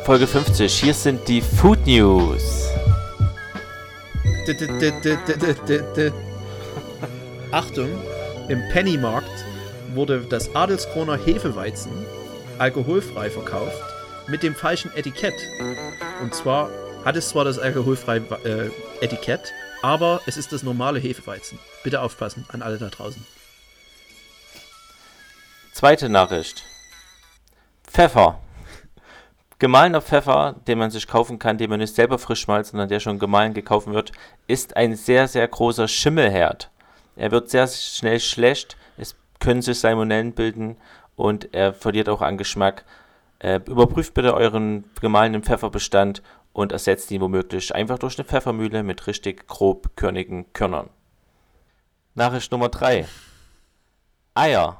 Folge 50. Hier sind die Food News. Achtung, im Pennymarkt wurde das Adelskroner Hefeweizen alkoholfrei verkauft mit dem falschen Etikett. Und zwar hat es zwar das alkoholfreie Etikett, aber es ist das normale Hefeweizen. Bitte aufpassen an alle da draußen. Zweite Nachricht. Pfeffer. Gemahlener Pfeffer, den man sich kaufen kann, den man nicht selber frisch malt, sondern der schon gemahlen gekauft wird, ist ein sehr, sehr großer Schimmelherd. Er wird sehr schnell schlecht, es können sich Salmonellen bilden und er verliert auch an Geschmack. Überprüft bitte euren gemahlenen Pfefferbestand und ersetzt ihn womöglich einfach durch eine Pfeffermühle mit richtig grobkörnigen Körnern. Nachricht Nummer 3. Eier.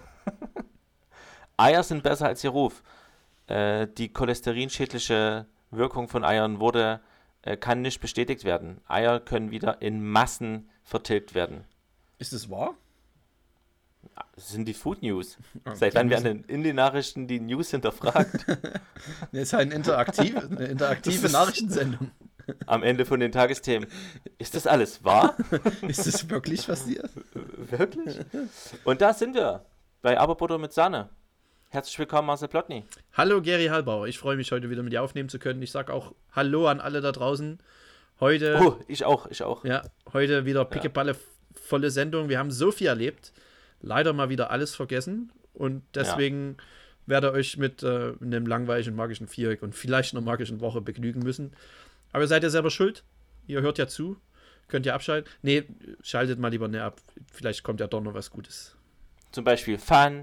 Eier sind besser als ihr Ruf. Die cholesterinschädliche Wirkung von Eiern kann nicht bestätigt werden. Eier können wieder in Massen vertilgt werden. Ist es wahr? Das sind die Food News. Okay. Seit wann werden in den Nachrichten die News hinterfragt? Das ist eine interaktive Nachrichtensendung. Am Ende von den Tagesthemen. Ist das alles wahr? Ist das wirklich passiert? Wirklich? Und da sind wir. Bei Aberbutter mit Sahne. Herzlich willkommen, Marcel Plotny. Hallo Gary Hallbauer, ich freue mich heute wieder mit dir aufnehmen zu können. Ich sage auch Hallo an alle da draußen. Heute. Oh, ich auch. Ja, heute wieder pickeballe volle Sendung. Wir haben so viel erlebt. Leider mal wieder alles vergessen. Und deswegen werde ich euch mit einem langweiligen magischen Viereck und vielleicht einer magischen Woche begnügen müssen. Aber ihr seid ja selber schuld. Ihr hört ja zu. Könnt ihr abschalten? Nee, schaltet mal lieber nicht ab. Vielleicht kommt ja doch noch was Gutes. Zum Beispiel Fun.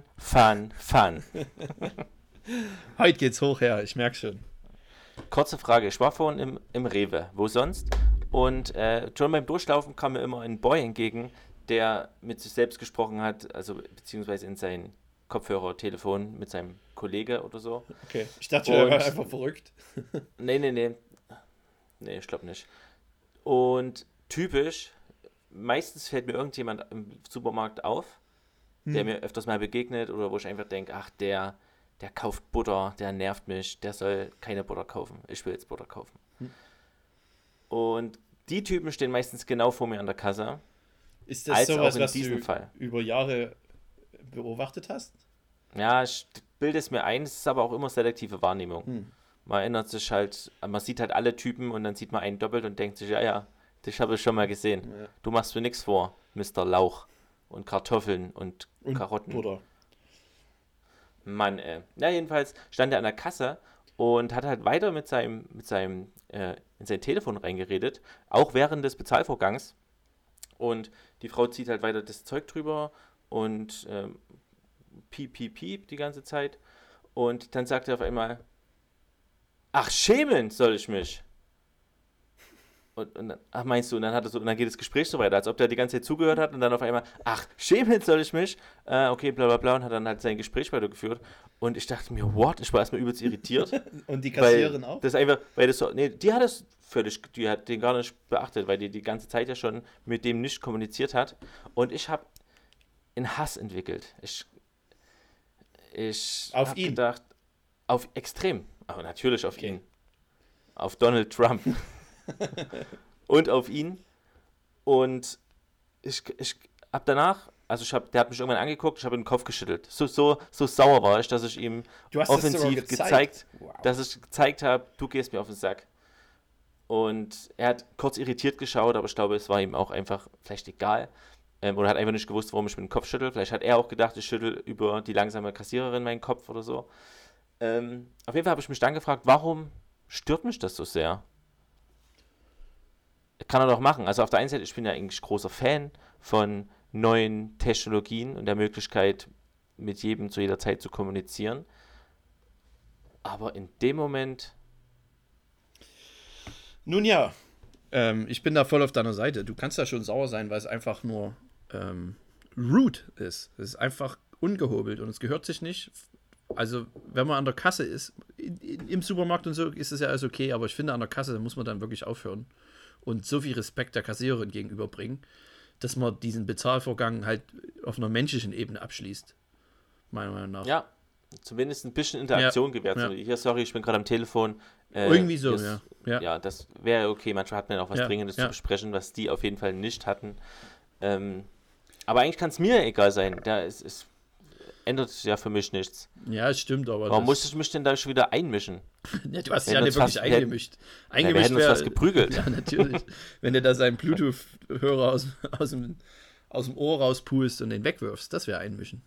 Heute geht's hoch her, ich merke schon. Kurze Frage, ich war vorhin im Rewe, wo sonst? Und schon beim Durchlaufen kam mir immer ein Boy entgegen, der mit sich selbst gesprochen hat, also beziehungsweise in sein Kopfhörer-Telefon mit seinem Kollege oder so. Okay, ich dachte, er war einfach verrückt. Nee, ich glaube nicht. Und typisch, meistens fällt mir irgendjemand im Supermarkt auf, der mir öfters mal begegnet oder wo ich einfach denke, ach, der kauft Butter, der nervt mich, der soll keine Butter kaufen. Ich will jetzt Butter kaufen. Und die Typen stehen meistens genau vor mir an der Kasse. Ist das sowas, was du über Jahre beobachtet hast? Ja, ich bilde es mir ein, es ist aber auch immer selektive Wahrnehmung. Man erinnert sich halt, man sieht halt alle Typen und dann sieht man einen doppelt und denkt sich, ja, dich habe ich schon mal gesehen. Ja. Du machst mir nichts vor, Mr. Lauch. Und Kartoffeln und Karotten. Butter. Mann, Ja, jedenfalls stand er an der Kasse und hat halt weiter in sein Telefon reingeredet, auch während des Bezahlvorgangs. Und die Frau zieht halt weiter das Zeug drüber und piep die ganze Zeit. Und dann sagt er auf einmal, ach, schämen soll ich mich. Und dann, ach, meinst du, und dann geht das Gespräch so weiter, als ob der die ganze Zeit zugehört hat und dann auf einmal, ach, schämen soll ich mich? Okay, bla bla bla, und hat dann halt sein Gespräch weitergeführt. Und ich dachte mir, what? Ich war erstmal übelst irritiert. Und die Kassiererin auch? Das einfach, weil das so, nee, die hat den gar nicht beachtet, weil die ganze Zeit ja schon mit dem nicht kommuniziert hat. Und ich habe einen Hass entwickelt. Ich habe gedacht, auf extrem, aber natürlich auf ihn. Auf Donald Trump. Und auf ihn. Und ich habe danach, der hat mich irgendwann angeguckt, ich habe den Kopf geschüttelt. So sauer war ich, dass ich ihm offensiv gezeigt habe, du gehst mir auf den Sack. Und er hat kurz irritiert geschaut, aber ich glaube, es war ihm auch einfach vielleicht egal. Oder hat einfach nicht gewusst, warum ich mit dem Kopf schüttel. Vielleicht hat er auch gedacht, ich schüttel über die langsame Kassiererin meinen Kopf oder so. Auf jeden Fall habe ich mich dann gefragt, warum stört mich das so sehr? Kann er doch machen. Also auf der einen Seite, ich bin ja eigentlich großer Fan von neuen Technologien und der Möglichkeit, mit jedem zu jeder Zeit zu kommunizieren. Aber in dem Moment... Nun ja, ich bin da voll auf deiner Seite. Du kannst da schon sauer sein, weil es einfach nur rude ist. Es ist einfach ungehobelt und es gehört sich nicht. Also, wenn man an der Kasse ist, im Supermarkt und so, ist es ja alles okay, aber ich finde, an der Kasse, da muss man dann wirklich aufhören und so viel Respekt der Kassiererin gegenüberbringen, dass man diesen Bezahlvorgang halt auf einer menschlichen Ebene abschließt. Meiner Meinung nach. Ja, zumindest ein bisschen Interaktion gewährt. Ja. So, hier, sorry, ich bin gerade am Telefon. Irgendwie so, hier ja. Ja, das wäre okay. Manchmal hat man auch was Dringendes ja. zu besprechen, was die auf jeden Fall nicht hatten. Aber eigentlich kann es mir egal sein. Es ändert sich ja für mich nichts. Ja, es stimmt, aber. Warum muss ich mich denn da schon wieder einmischen? Ja, du hast dich ja nicht wirklich eingemischt. Wir hätten uns was geprügelt. Ja, natürlich. Wenn du da seinen Bluetooth-Hörer aus dem Ohr rauspulst und den wegwirfst, das wäre einmischen.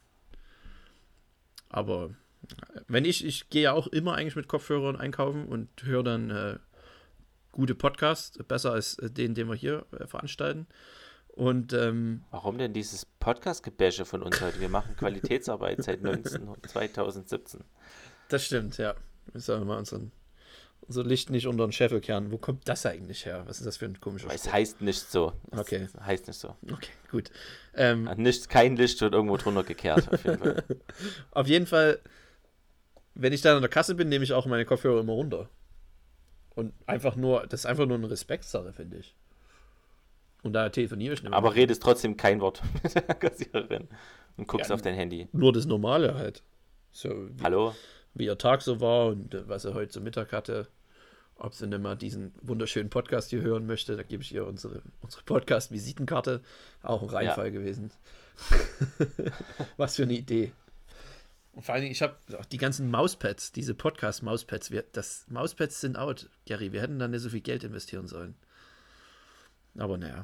Aber wenn ich gehe ja auch immer eigentlich mit Kopfhörern einkaufen und höre dann gute Podcasts, besser als den wir hier veranstalten. Und warum denn dieses Podcast-Gebäsche von uns heute? Wir machen Qualitätsarbeit seit 2017. Das stimmt, ja. Wir sollen mal unser Licht nicht unter den Scheffel kehren. Wo kommt das eigentlich her? Was ist das für ein komischer Spruch? Es heißt nicht so. Okay. Es heißt nicht so. Okay, gut. Kein Licht wird irgendwo drunter gekehrt, auf jeden Fall. Auf jeden Fall, wenn ich dann an der Kasse bin, nehme ich auch meine Kopfhörer immer runter. Und das ist einfach nur eine Respektsache, finde ich. Und da telefoniere ich nicht mehr. Aber redest trotzdem kein Wort mit der Kassiererin und guckst auf dein Handy. Nur das Normale halt. So, Hallo? Wie ihr Tag so war und was er heute zum Mittag hatte. Ob sie nicht mal diesen wunderschönen Podcast hier hören möchte, da gebe ich ihr unsere Podcast-Visitenkarte. Auch ein Reinfall gewesen. Was für eine Idee. Und vor allen Dingen, ich habe die ganzen Mauspads, diese Podcast-Mauspads. Mauspads sind out, Gary. Wir hätten da nicht so viel Geld investieren sollen. Aber naja.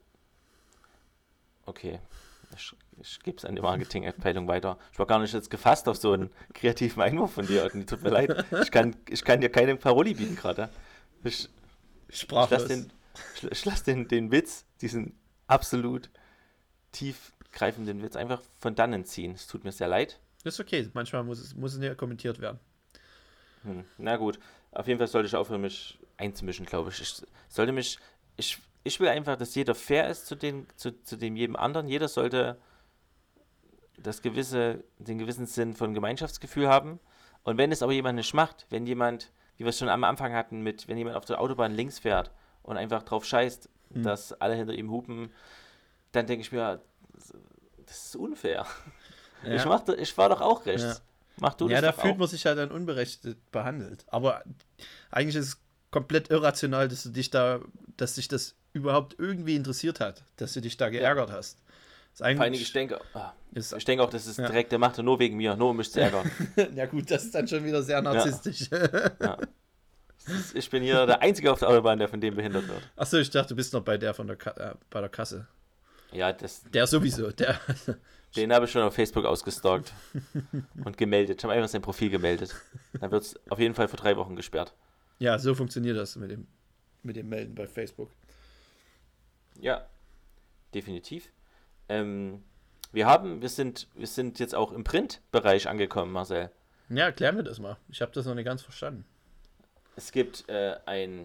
Okay. Ich gebe es an die Marketing-Abteilung weiter. Ich war gar nicht jetzt gefasst auf so einen kreativen Einwurf von dir. Tut mir leid. Ich kann dir keine Paroli bieten gerade. Ich lasse den Witz, diesen absolut tiefgreifenden Witz, einfach von dannen ziehen. Es tut mir sehr leid. Das ist okay. Manchmal muss es nicht kommentiert werden. Na gut. Auf jeden Fall sollte ich aufhören, mich einzumischen, glaube ich. Ich will einfach, dass jeder fair ist zu dem jedem anderen. Jeder sollte den gewissen Sinn von Gemeinschaftsgefühl haben. Und wenn es aber jemand nicht macht, wenn jemand, wie wir es schon am Anfang hatten, wenn jemand auf der Autobahn links fährt und einfach drauf scheißt, dass alle hinter ihm hupen, dann denke ich mir, das ist unfair. Ja. Ich fahr doch auch rechts. Ja. Mach du das da doch fühlt auch. man sich halt dann unberechtigt behandelt. Aber eigentlich ist es komplett irrational, dass dich das überhaupt irgendwie interessiert hat, dass du dich da geärgert hast. Vor allem, ich denke auch, das ist direkt, der macht er nur wegen mir, nur um mich zu ärgern. Ja gut, das ist dann schon wieder sehr narzisstisch. Ja. Ich bin hier der Einzige auf der Autobahn, der von dem behindert wird. Achso, ich dachte, du bist noch bei der bei der Kasse. Ja, der sowieso. Den habe ich schon auf Facebook ausgestalkt und gemeldet. Ich habe einfach sein Profil gemeldet. Dann wird es auf jeden Fall für 3 Wochen gesperrt. Ja, so funktioniert das mit dem Melden bei Facebook. Ja, definitiv. Wir sind jetzt auch im Printbereich angekommen, Marcel. Ja, erklär mir das mal. Ich habe das noch nicht ganz verstanden. Es gibt ein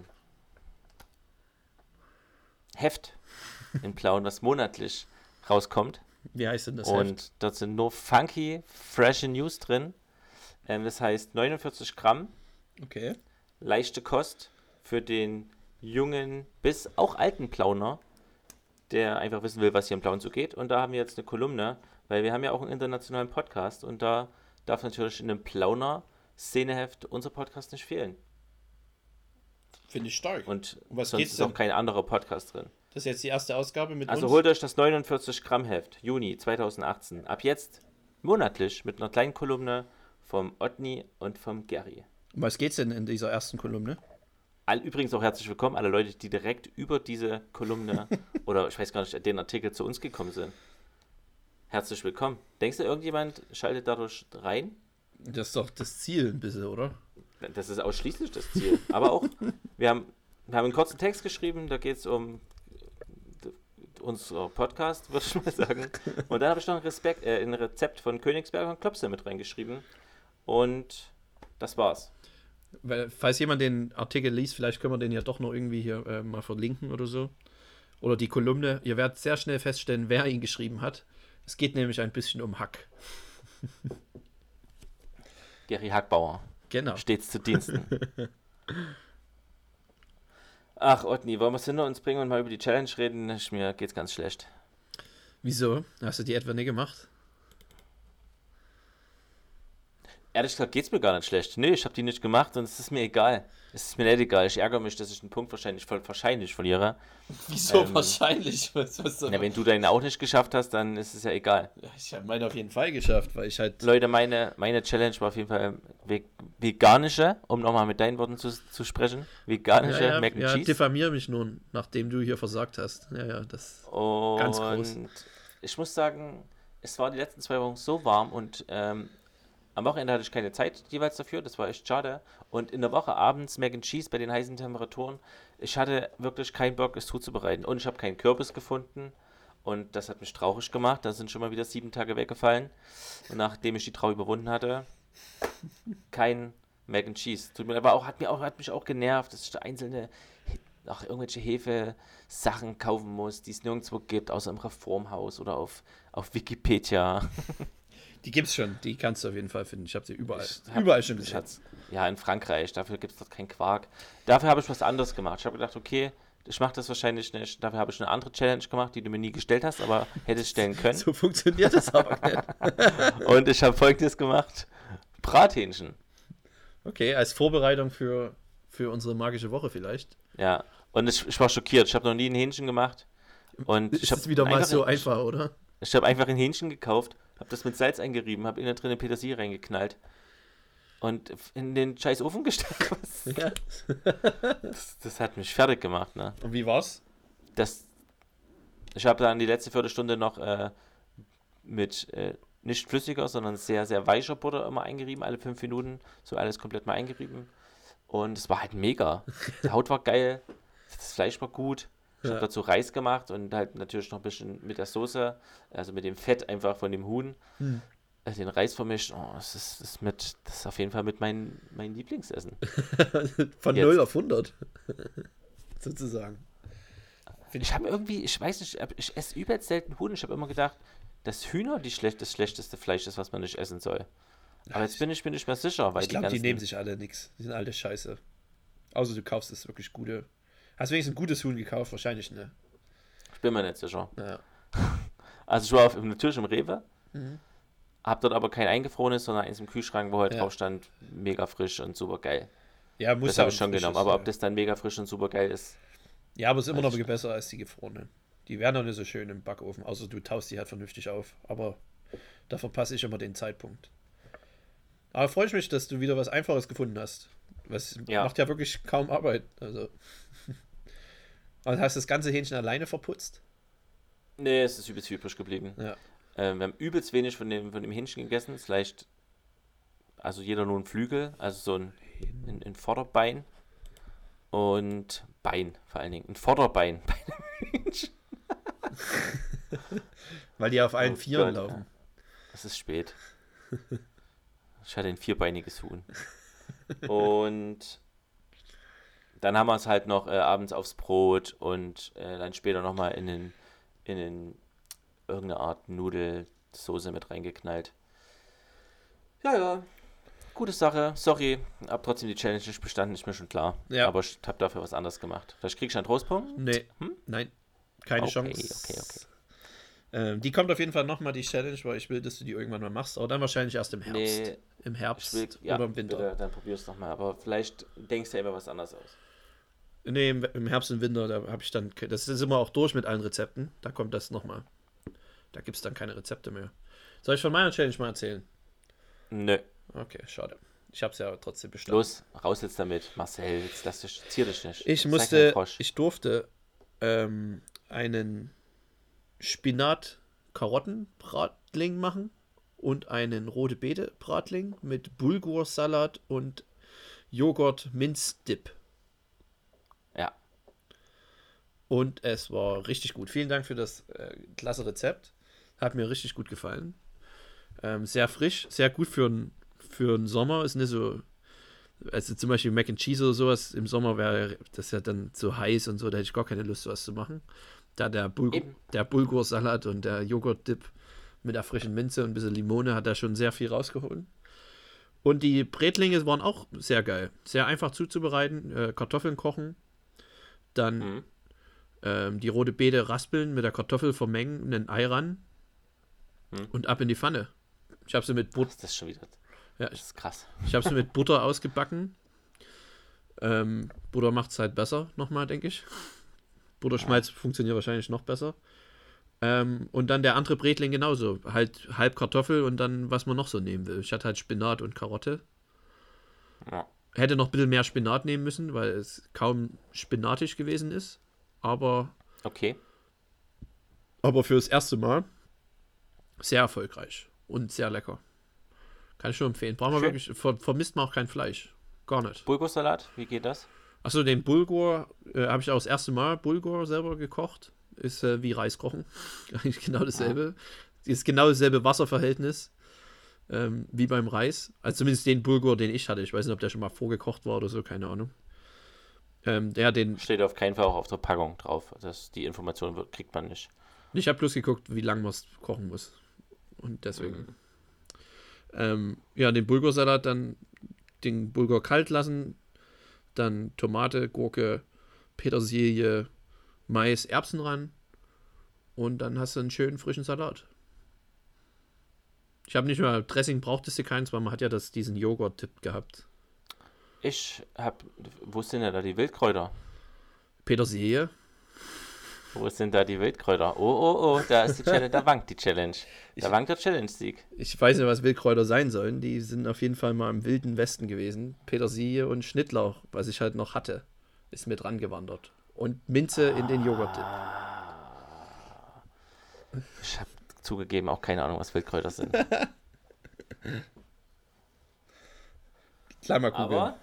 Heft in Plauen, was monatlich rauskommt. Wie heißt denn das Heft? Und dort sind nur funky, freshe News drin. Das heißt 49 Gramm. Okay. Leichte Kost für den jungen bis auch alten Plauner, der einfach wissen will, was hier im Plauen so geht. Und da haben wir jetzt eine Kolumne, weil wir haben ja auch einen internationalen Podcast und da darf natürlich in einem Plauner-Szeneheft unser Podcast nicht fehlen. Finde ich stark. Und was sonst ist auch kein anderer Podcast drin. Das ist jetzt die erste Ausgabe mit uns? Also holt euch das 49 Gramm Heft, Juni 2018. Ab jetzt monatlich mit einer kleinen Kolumne vom Otni und vom Gary. Um was geht's denn in dieser ersten Kolumne? Übrigens auch herzlich willkommen, alle Leute, die direkt über diese Kolumne oder ich weiß gar nicht, den Artikel zu uns gekommen sind. Herzlich willkommen. Denkst du, irgendjemand schaltet dadurch rein? Das ist doch das Ziel ein bisschen, oder? Das ist ausschließlich das Ziel. Aber auch, wir haben einen kurzen Text geschrieben, da geht es um unser Podcast, würde ich mal sagen. Und dann habe ich noch ein Rezept von Königsberger und Klopse mit reingeschrieben. Und das war's. Weil, falls jemand den Artikel liest, vielleicht können wir den ja doch noch irgendwie hier mal verlinken oder so. Oder die Kolumne. Ihr werdet sehr schnell feststellen, wer ihn geschrieben hat. Es geht nämlich ein bisschen um Hack. Gary Hackbauer. Genau. Stets zu Diensten. Ach, Otni, wollen wir es hinter uns bringen und mal über die Challenge reden? Mir geht's ganz schlecht. Wieso? Hast du die etwa nicht gemacht? Ehrlich gesagt geht's mir gar nicht schlecht. Nee, ich habe die nicht gemacht und es ist mir egal. Es ist mir nicht egal. Ich ärgere mich, dass ich einen Punkt wahrscheinlich verliere. Wieso wahrscheinlich? Na, wenn du deinen auch nicht geschafft hast, dann ist es ja egal. Ich habe meine auf jeden Fall geschafft, weil ich halt... Leute, meine Challenge war auf jeden Fall veganische, um nochmal mit deinen Worten zu sprechen. Veganische Mac and Cheese. Diffamier mich nun, nachdem du hier versagt hast. Ja, das und ganz groß. Ich muss sagen, es war die letzten 2 Wochen so warm und am Wochenende hatte ich keine Zeit jeweils dafür, das war echt schade. Und in der Woche abends Mac and Cheese bei den heißen Temperaturen, ich hatte wirklich keinen Bock, es zuzubereiten. Und ich habe keinen Kürbis gefunden und das hat mich traurig gemacht. Da sind schon mal wieder 7 Tage weggefallen. Und nachdem ich die Trauer überwunden hatte, kein Mac and Cheese. Tut mir aber auch, hat mich auch genervt, dass ich da einzelne irgendwelche Hefe-Sachen kaufen muss, die es nirgendwo gibt, außer im Reformhaus oder auf Wikipedia. Die gibt's schon, die kannst du auf jeden Fall finden. Ich habe sie überall schon gesehen. Ja, in Frankreich, dafür gibt es dort keinen Quark. Dafür habe ich was anderes gemacht. Ich habe gedacht, okay, ich mache das wahrscheinlich nicht. Dafür habe ich eine andere Challenge gemacht, die du mir nie gestellt hast, aber hättest stellen können. So funktioniert das aber nicht. Und ich habe Folgendes gemacht. Brathähnchen. Okay, als Vorbereitung für unsere magische Woche vielleicht. Ja, und ich war schockiert. Ich habe noch nie ein Hähnchen gemacht. Und ist es wieder mal so einfach, oder? Ich habe einfach ein Hähnchen gekauft, habe das mit Salz eingerieben, habe innen drin Petersilie reingeknallt und in den scheiß Ofen gestellt. Ja. Das hat mich fertig gemacht, ne? Und wie war's? Ich habe dann die letzte Viertelstunde noch mit nicht flüssiger, sondern sehr, sehr weicher Butter immer eingerieben, alle 5 Minuten, so alles komplett mal eingerieben. Und es war halt mega. Die Haut war geil, das Fleisch war gut. Ich habe dazu Reis gemacht und halt natürlich noch ein bisschen mit der Soße, also mit dem Fett einfach von dem Huhn, den Reis vermischt. Oh, das ist auf jeden Fall mit mein Lieblingsessen. Von Jetzt. 0 auf 100. Sozusagen. Ich habe irgendwie, ich weiß nicht, ich esse übelst selten Huhn. Ich habe immer gedacht, dass Hühner das schlechteste Fleisch ist, was man nicht essen soll. Aber jetzt bin ich mir nicht mehr sicher, weil ich glaube, die nehmen sich alle nichts. Die sind alle scheiße. Außer du kaufst das wirklich gute. Hast du wenigstens ein gutes Huhn gekauft? Wahrscheinlich, ne? Ich bin mir nicht sicher. Ja. Also ich war natürlich im Rewe, hab dort aber kein eingefrorenes, sondern eins im Kühlschrank, wo halt drauf stand, mega frisch und super geil. Ja, muss das habe ich schon genommen, aber ob das dann mega frisch und super geil ist. Ja, aber es ist immer noch besser als die gefrorenen. Die werden auch nicht so schön im Backofen, außer du taust die halt vernünftig auf. Aber da verpasse ich immer den Zeitpunkt. Aber freue ich mich, dass du wieder was Einfaches gefunden hast. Was macht ja wirklich kaum Arbeit. Also. Und hast das ganze Hähnchen alleine verputzt? Nee, es ist übelst übrig geblieben. Ja. Wir haben übelst wenig von dem Hähnchen gegessen. Vielleicht, also jeder nur ein Flügel, also so ein Vorderbein und Bein vor allen Dingen. Ein Vorderbein bei einem Hähnchen. Weil die auf allen Vieren laufen. Es ist spät. Ich hatte ein vierbeiniges Huhn. Und dann haben wir es halt noch abends aufs Brot und dann später nochmal in irgendeine Art Nudelsoße mit reingeknallt. Ja. Gute Sache. Sorry, hab trotzdem die Challenge nicht bestanden, ist mir schon klar. Ja. Aber ich habe dafür was anderes gemacht. Vielleicht kriegst du einen Trostpunkt? Nee. Nein. Keine Chance. Okay. Die kommt auf jeden Fall nochmal, die Challenge, weil ich will, dass du die irgendwann mal machst. Aber dann wahrscheinlich erst im Herbst. Nee, im Herbst oder im Winter. Bitte, dann probier's nochmal. Aber vielleicht denkst du ja immer was anderes aus. Nee, im Herbst und Winter, da habe ich dann, das ist immer auch durch mit allen Rezepten. Da kommt das nochmal. Da gibt es dann keine Rezepte mehr. Soll ich von meiner Challenge mal erzählen? Nö. Okay, schade. Ich habe es ja trotzdem bestanden. Los, raus jetzt damit, Marcel. Jetzt zier dich nicht. Ich durfte einen Spinat-Karotten-Bratling machen und einen Rote-Beete-Bratling mit Bulgur-Salat und Joghurt-Minz-Dip. Ja. Und es war richtig gut. Vielen Dank für das klasse Rezept. Hat mir richtig gut gefallen. Sehr frisch, sehr gut für den Sommer. Ist nicht so, also zum Beispiel Mac and Cheese oder sowas. Im Sommer wäre das ja dann so heiß und so, da hätte ich gar keine Lust, sowas zu machen. Da der Bulgur-Salat und der Joghurt-Dip mit der frischen Minze und ein bisschen Limone hat da schon sehr viel rausgeholt. Und die Brätlinge waren auch sehr geil. Sehr einfach zuzubereiten. Kartoffeln kochen. Dann die rote Beete raspeln, mit der Kartoffel vermengen, ein Ei ran und ab in die Pfanne. Ich habe sie mit Butter. Das ist schon wieder. Ja, Das ist krass. ich habe es mit Butter ausgebacken. Butter macht es halt besser, nochmal, denke ich. Butterschmalz funktioniert wahrscheinlich noch besser. Und dann der andere Bretling genauso. Halt halb Kartoffel und dann, was man noch so nehmen will. Ich hatte halt Spinat und Karotte. Ja. Hätte noch ein bisschen mehr Spinat nehmen müssen, weil es kaum spinatisch gewesen ist. Aber Okay. für das erste Mal sehr erfolgreich und sehr lecker. Kann ich schon empfehlen. Braucht man Schön. wirklich, vermisst man auch kein Fleisch. Gar nicht. Bulgursalat, wie geht das? Achso, den Bulgur habe ich auch das erste Mal Bulgur selber gekocht. Ist wie Reis kochen. Eigentlich genau dasselbe. Ist genau dasselbe Wasserverhältnis wie beim Reis. Also zumindest den Bulgur, den ich hatte. Ich weiß nicht, ob der schon mal vorgekocht war oder so, keine Ahnung. Steht auf keinen Fall auch auf der Packung drauf. Die Information kriegt man nicht. Ich habe bloß geguckt, wie lange man es kochen muss. Und deswegen. Den Bulgursalat, dann den Bulgur kalt lassen, dann Tomate, Gurke, Petersilie, Mais, Erbsen ran und dann hast du einen schönen frischen Salat. Ich habe nicht mal Dressing, brauchtest du keins, weil man hat ja diesen Joghurt-Tipp gehabt. Wo sind denn da die Wildkräuter? Petersilie. Wo sind da die Wildkräuter? Oh, da ist die Challenge, da wankt die Challenge. Da wankt der Challenge-Sieg. Ich weiß nicht, was Wildkräuter sein sollen. Die sind auf jeden Fall mal im Wilden Westen gewesen. Petersilie und Schnittlauch, was ich halt noch hatte, ist mit rangewandert. Und Minze in den Joghurt-Dip. Ich habe zugegeben auch keine Ahnung, was Wildkräuter sind. Klar mal googeln. Aber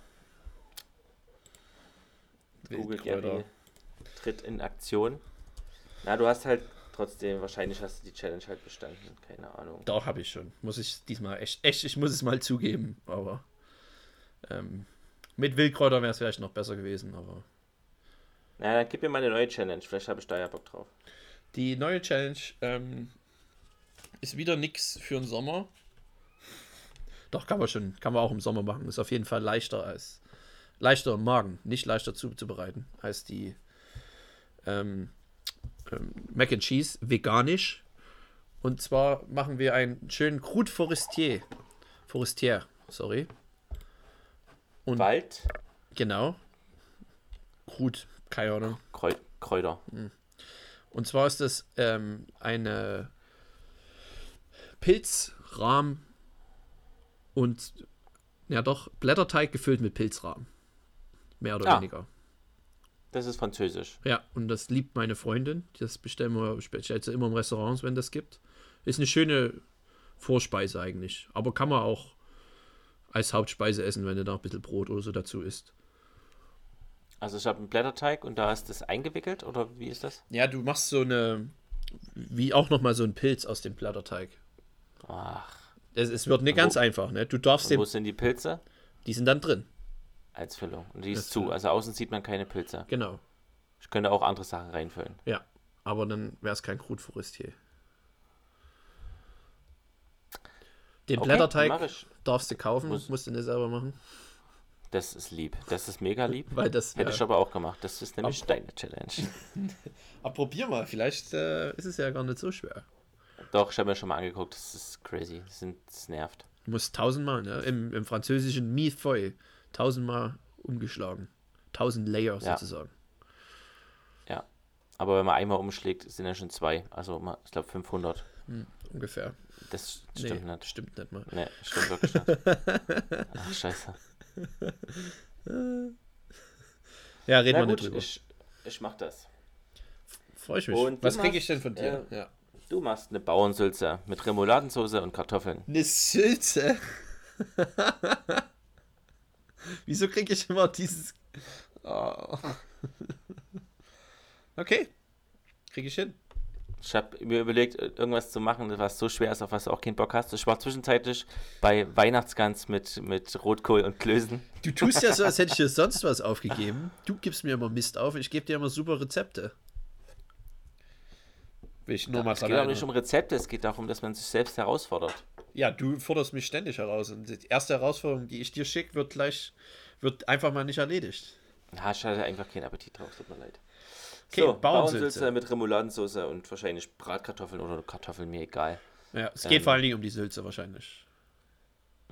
Google Gary tritt in Aktion. Na, du hast halt trotzdem, wahrscheinlich hast du die Challenge halt bestanden. Keine Ahnung. Doch, habe ich schon. Muss ich diesmal echt, ich muss es mal zugeben. Aber mit Wildkräuter wäre es vielleicht noch besser gewesen. Aber Na, dann gib mir mal eine neue Challenge. Vielleicht habe ich da ja Bock drauf. die neue Challenge ist wieder nix für den Sommer. Doch, kann man auch im Sommer machen. Ist auf jeden Fall leichter im Magen, nicht leichter zuzubereiten, als die Mac and Cheese veganisch. Und zwar machen wir einen schönen Croûte Forestier, sorry. Und Wald? genau. Croûte, keine Ahnung. Kräuter. Und zwar ist das eine Pilzrahm und Blätterteig gefüllt mit Pilzrahm. Mehr oder weniger. Das ist französisch. Ja, und das liebt meine Freundin. Das bestellt sie immer im Restaurants, wenn das gibt. Ist eine schöne Vorspeise eigentlich. Aber kann man auch als Hauptspeise essen, wenn du da ein bisschen Brot oder so dazu isst. Also ich habe einen Blätterteig und da ist das eingewickelt oder wie ist das? Ja, du machst wie auch nochmal so einen Pilz aus dem Blätterteig. Ach. Es wird nicht ganz einfach, ne? Du darfst wo sind die Pilze? Die sind dann drin. Als Füllung. Und die ist zu. Also außen sieht man keine Pilze. Genau. Ich könnte auch andere Sachen reinfüllen. Ja, aber dann wäre es kein Croûte Forestier. Den Blätterteig darfst du kaufen, musst du nicht selber machen. Das ist lieb. Das ist mega lieb. Weil das hätte ich aber auch gemacht. Das ist nämlich deine Challenge. Aber probier mal. Vielleicht ist es ja gar nicht so schwer. Doch, ich habe mir schon mal angeguckt. Das ist crazy. Das nervt. Du musst 1000-mal, ne? Im französischen Millefeuille 1000-mal umgeschlagen. 1000 Layer sozusagen. Ja. Aber wenn man einmal umschlägt, sind ja schon zwei. Also, ich glaube 500. Ungefähr. Das stimmt nicht. Stimmt nicht mal. Nee, stimmt wirklich nicht. Ach, scheiße. Ja, reden wir nicht drüber. Ich mach das. Freue ich mich. Und was kriege ich denn von dir? Ja. Du machst eine Bauernsülze mit Remouladensauce und Kartoffeln. Eine Sülze? Wieso kriege ich immer dieses... Oh. Okay. Kriege ich hin. Ich habe mir überlegt, irgendwas zu machen, was so schwer ist, auf was du auch keinen Bock hast. Ich war zwischenzeitlich bei Weihnachtsgans mit Rotkohl und Klößen. Du tust ja so, als hätte ich dir sonst was aufgegeben. Du gibst mir immer Mist auf, ich gebe dir immer super Rezepte. Es geht auch nicht um Rezepte, es geht darum, dass man sich selbst herausfordert. Ja, du forderst mich ständig heraus. Und die erste Herausforderung, die ich dir schicke, wird einfach mal nicht erledigt. Ja, ich hatte einfach keinen Appetit drauf, tut mir leid. Okay, so, Bauernsülze mit Remouladensauce und wahrscheinlich Bratkartoffeln oder Kartoffeln, mir egal. Ja, es geht vor allen Dingen um die Sülze wahrscheinlich. Ja.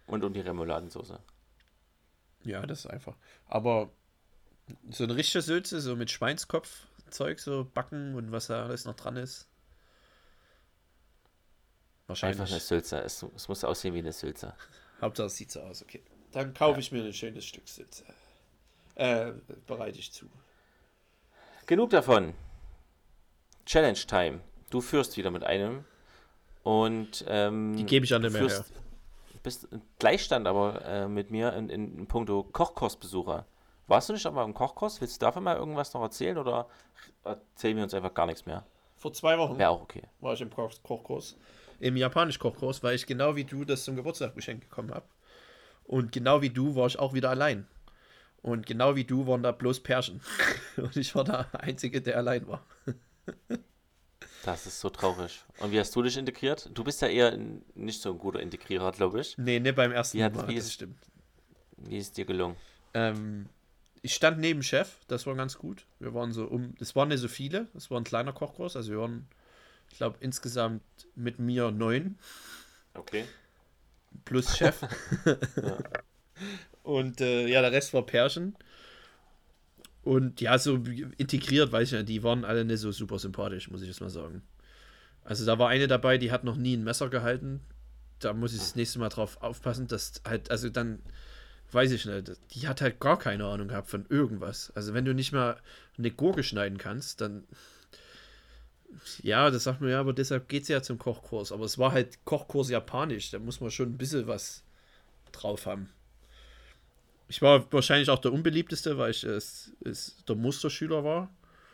Und um die Remouladensauce. Ja, das ist einfach. Aber so eine richtige Sülze, so mit Schweinskopf-Zeug, so backen und was da alles noch dran ist. Wahrscheinlich. Einfach eine Sülze. Es muss aussehen wie eine Sülze. Hauptsache es sieht so aus, okay. Dann kaufe ich mir ein schönes Stück Sülze. Bereite ich zu. Genug davon. Challenge Time. Du führst wieder mit einem. Und Die gebe ich an den Meer her. Bist Gleichstand aber mit mir in puncto Kochkursbesucher. Warst du nicht aber im Kochkurs? Willst du davon mal irgendwas noch erzählen oder erzählen wir uns einfach gar nichts mehr? Vor 2 Wochen Wäre auch okay. war ich im Kochkurs. Im Japanisch-Kochkurs, weil ich genau wie du das zum Geburtstag geschenkt bekommen habe. Und genau wie du war ich auch wieder allein. Und genau wie du waren da bloß Pärchen. Und ich war der Einzige, der allein war. Das ist so traurig. Und wie hast du dich integriert? Du bist ja eher nicht so ein guter Integrierer, glaube ich. Nee, nicht beim ersten Mal, Wie das stimmt. Wie ist dir gelungen? Ich stand neben Chef, das war ganz gut. Wir waren es waren nicht so viele, es war ein kleiner Kochkurs, also wir waren, ich glaube, insgesamt mit mir 9. Okay. Plus Chef. Ja. Und der Rest war Pärchen. Und ja, so integriert, weiß ich nicht, die waren alle nicht so super sympathisch, muss ich jetzt mal sagen. Also da war eine dabei, die hat noch nie ein Messer gehalten. Da muss ich das nächste Mal drauf aufpassen, dass halt, also dann, weiß ich nicht, die hat halt gar keine Ahnung gehabt von irgendwas. Also wenn du nicht mal eine Gurke schneiden kannst, dann, ja, das sagt man ja, aber deshalb geht es ja zum Kochkurs. Aber es war halt Kochkurs Japanisch, da muss man schon ein bisschen was drauf haben. Ich war wahrscheinlich auch der unbeliebteste, weil ich der Musterschüler war.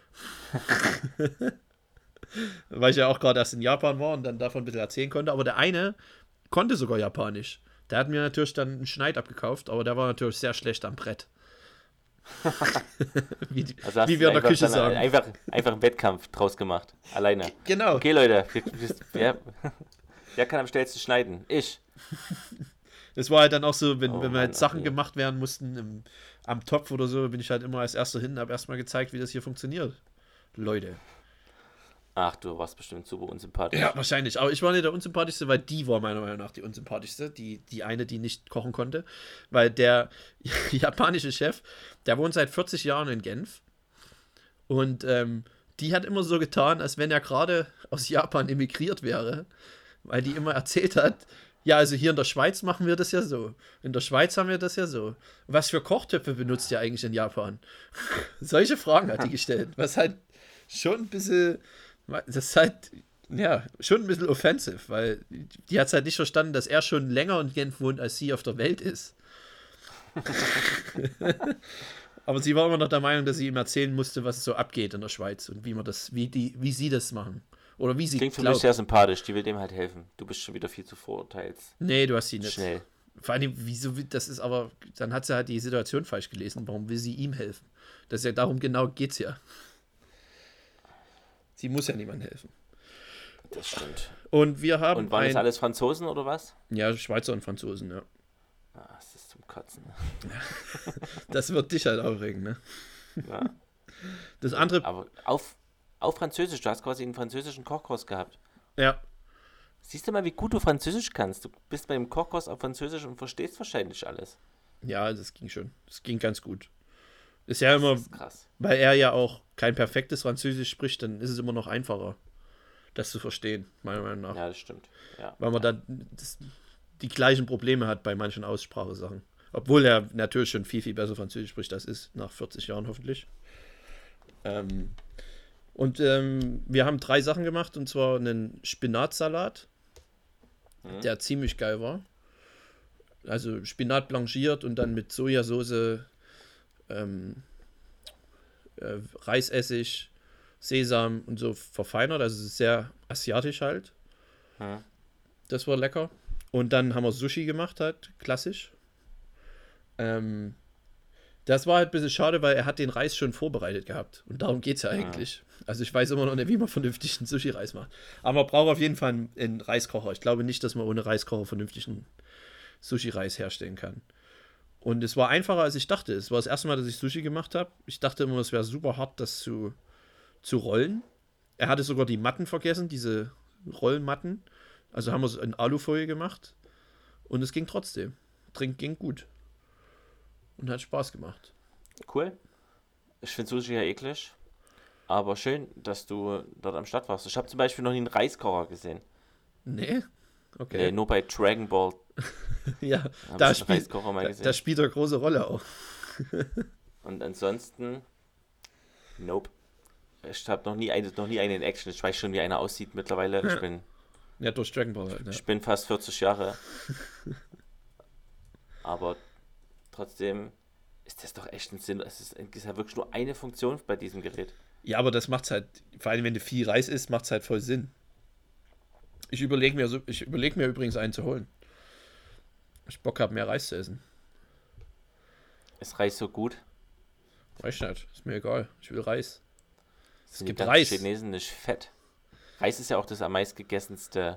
Weil ich ja auch gerade erst in Japan war und dann davon ein bisschen erzählen konnte. Aber der eine konnte sogar Japanisch. Der hat mir natürlich dann einen Schneid abgekauft, aber der war natürlich sehr schlecht am Brett. wie wir in der Küche sagen. Einfach einen Wettkampf draus gemacht. Alleine. Genau. Okay, Leute. Wer kann am schnellsten schneiden? Ich. Das war halt dann auch so, wenn Mann, halt Sachen gemacht werden mussten am Topf oder so, bin ich halt immer als erster hin und habe erstmal gezeigt, wie das hier funktioniert. Leute. Ach, du warst bestimmt super unsympathisch. Ja, wahrscheinlich. Aber ich war nicht der unsympathischste, weil die war meiner Meinung nach die unsympathischste. Die eine, die nicht kochen konnte. Weil der japanische Chef, der wohnt seit 40 Jahren in Genf. Und die hat immer so getan, als wenn er gerade aus Japan emigriert wäre. Weil die immer erzählt hat, ja, also hier in der Schweiz machen wir das ja so. In der Schweiz haben wir das ja so. Was für Kochtöpfe benutzt ihr eigentlich in Japan? Solche Fragen hat die gestellt. Was halt schon ein bisschen, das ist halt, ja, schon ein bisschen offensive, weil die hat es halt nicht verstanden, dass er schon länger in Genf wohnt, als sie auf der Welt ist. Aber sie war immer noch der Meinung, dass sie ihm erzählen musste, was so abgeht in der Schweiz und wie sie das machen. Oder wie sie klingt für mich sehr sympathisch, die will dem halt helfen. Du bist schon wieder viel zu vorurteils. Nee, du hast sie nicht. Schnell. Vor allem, wieso, das ist aber, dann hat sie halt die Situation falsch gelesen. Warum will sie ihm helfen? Das ist ja darum genau geht's ja. Sie muss ja niemandem helfen. Das stimmt. Und wir haben. Und waren das alles Franzosen oder was? Ja, Schweizer und Franzosen, ja. Ah, das ist zum Kotzen. Das wird dich halt aufregen, ne? Ja. Das andere. Aber auf Französisch, du hast quasi einen französischen Kochkurs gehabt. Ja. Siehst du mal, wie gut du Französisch kannst. Du bist beim Kochkurs auf Französisch und verstehst wahrscheinlich alles. Ja, das ging schon. Das ging ganz gut. Ist ja immer, Das ist krass. weil er ja auch kein perfektes Französisch spricht, dann ist es immer noch einfacher, das zu verstehen, meiner Meinung nach. Ja, das stimmt. Ja. Weil man dann die gleichen Probleme hat bei manchen Aussprachesachen. Obwohl er natürlich schon viel, viel besser Französisch spricht, das ist nach 40 Jahren hoffentlich. Wir haben 3 Sachen gemacht, und zwar einen Spinatsalat, der ziemlich geil war. Also Spinat blanchiert und dann mit Sojasauce, Reisessig, Sesam und so verfeinert, also sehr asiatisch halt. Hm. Das war lecker. Und dann haben wir Sushi gemacht halt, klassisch. Das war halt ein bisschen schade, weil er hat den Reis schon vorbereitet gehabt. Und darum geht es ja eigentlich. Also ich weiß immer noch nicht, wie man vernünftig einen Sushi-Reis macht. Aber man braucht auf jeden Fall einen Reiskocher. Ich glaube nicht, dass man ohne Reiskocher vernünftig einen Sushi-Reis herstellen kann. Und es war einfacher, als ich dachte. Es war das erste Mal, dass ich Sushi gemacht habe. Ich dachte immer, es wäre super hart, das zu rollen. Er hatte sogar die Matten vergessen, diese Rollmatten. Also haben wir es in Alufolie gemacht. Und es ging trotzdem. Trink ging gut. Und hat Spaß gemacht. Cool. Ich finde Sushi ja eklig. Aber schön, dass du dort am Start warst. Ich habe zum Beispiel noch nie einen Reiskocher gesehen. Nee? Okay. Nee, nur bei Dragon Ball Ja, habe da ich einen Reiskocher mal gesehen. das spielt eine große Rolle auch. Und ansonsten, nope. Ich habe noch nie eine in Action. Ich weiß schon, wie einer aussieht mittlerweile. Ja, durch Dragon Ball halt, ja. Ich bin fast 40 Jahre. Aber trotzdem ist das doch echt ein Sinn. Es ist ja wirklich nur eine Funktion bei diesem Gerät. Ja, aber das macht's halt, vor allem wenn du viel Reis isst, macht's halt voll Sinn. Ich überlege mir übrigens einen zu holen. Ich Bock habe, mehr Reis zu essen. Ist Reis so gut? Weiß nicht, ist mir egal. Ich will Reis. Sind gibt die ganzen Reis. Chinesen nicht fett? Reis ist ja auch das am meistgegessenste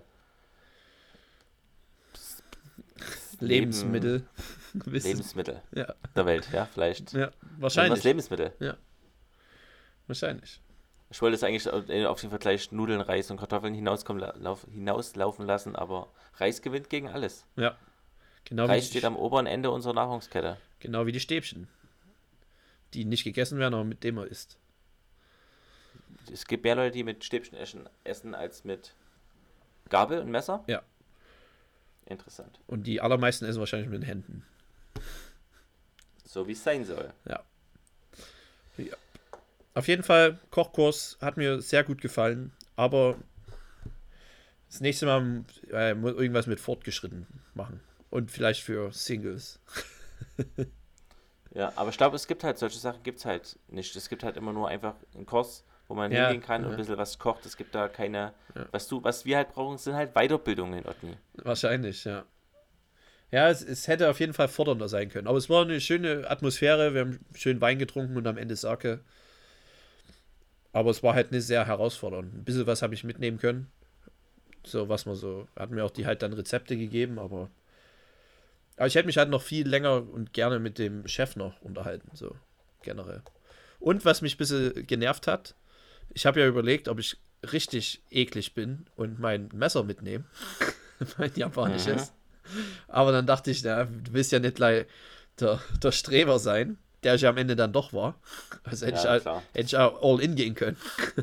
Lebensmittel. Lebensmittel Ja. der Welt, ja, vielleicht. Ja, Was wahrscheinlich. Lebensmittel. Ja. Wahrscheinlich. Ich wollte es eigentlich auf jeden Fall gleich Nudeln, Reis und Kartoffeln hinauslaufen lassen, aber Reis gewinnt gegen alles. Ja. Genau Reis steht am oberen Ende unserer Nahrungskette. genau wie die Stäbchen. Die nicht gegessen werden, aber mit dem man isst. Es gibt mehr Leute, die mit Stäbchen essen als mit Gabel und Messer. Ja. Interessant. Und die allermeisten essen wahrscheinlich mit den Händen. So wie es sein soll. Ja. Auf jeden Fall, Kochkurs hat mir sehr gut gefallen, aber das nächste Mal muss irgendwas mit fortgeschritten machen. Und vielleicht für Singles. Ja, aber ich glaube, es gibt halt solche Sachen, gibt es halt nicht. Es gibt halt immer nur einfach einen Kurs, wo man hingehen kann und ein bisschen was kocht. Es gibt da keine. Ja. Was wir halt brauchen, sind halt Weiterbildungen, Otni. Wahrscheinlich, ja. Ja, es hätte auf jeden Fall fordernder sein können. Aber es war eine schöne Atmosphäre. Wir haben schön Wein getrunken und am Ende Sake. Aber es war halt nicht sehr herausfordernd. Ein bisschen was habe ich mitnehmen können. So, was man so. Hatten mir auch die halt dann Rezepte gegeben, aber ich hätte mich halt noch viel länger und gerne mit dem Chef noch unterhalten, so generell. Und was mich ein bisschen genervt hat, ich habe ja überlegt, ob ich richtig eklig bin und mein Messer mitnehme. Mein japanisches. Aber dann dachte ich, na, du willst ja nicht gleich der Streber sein, der ich ja am Ende dann doch war. Also hätte ich auch all in gehen können.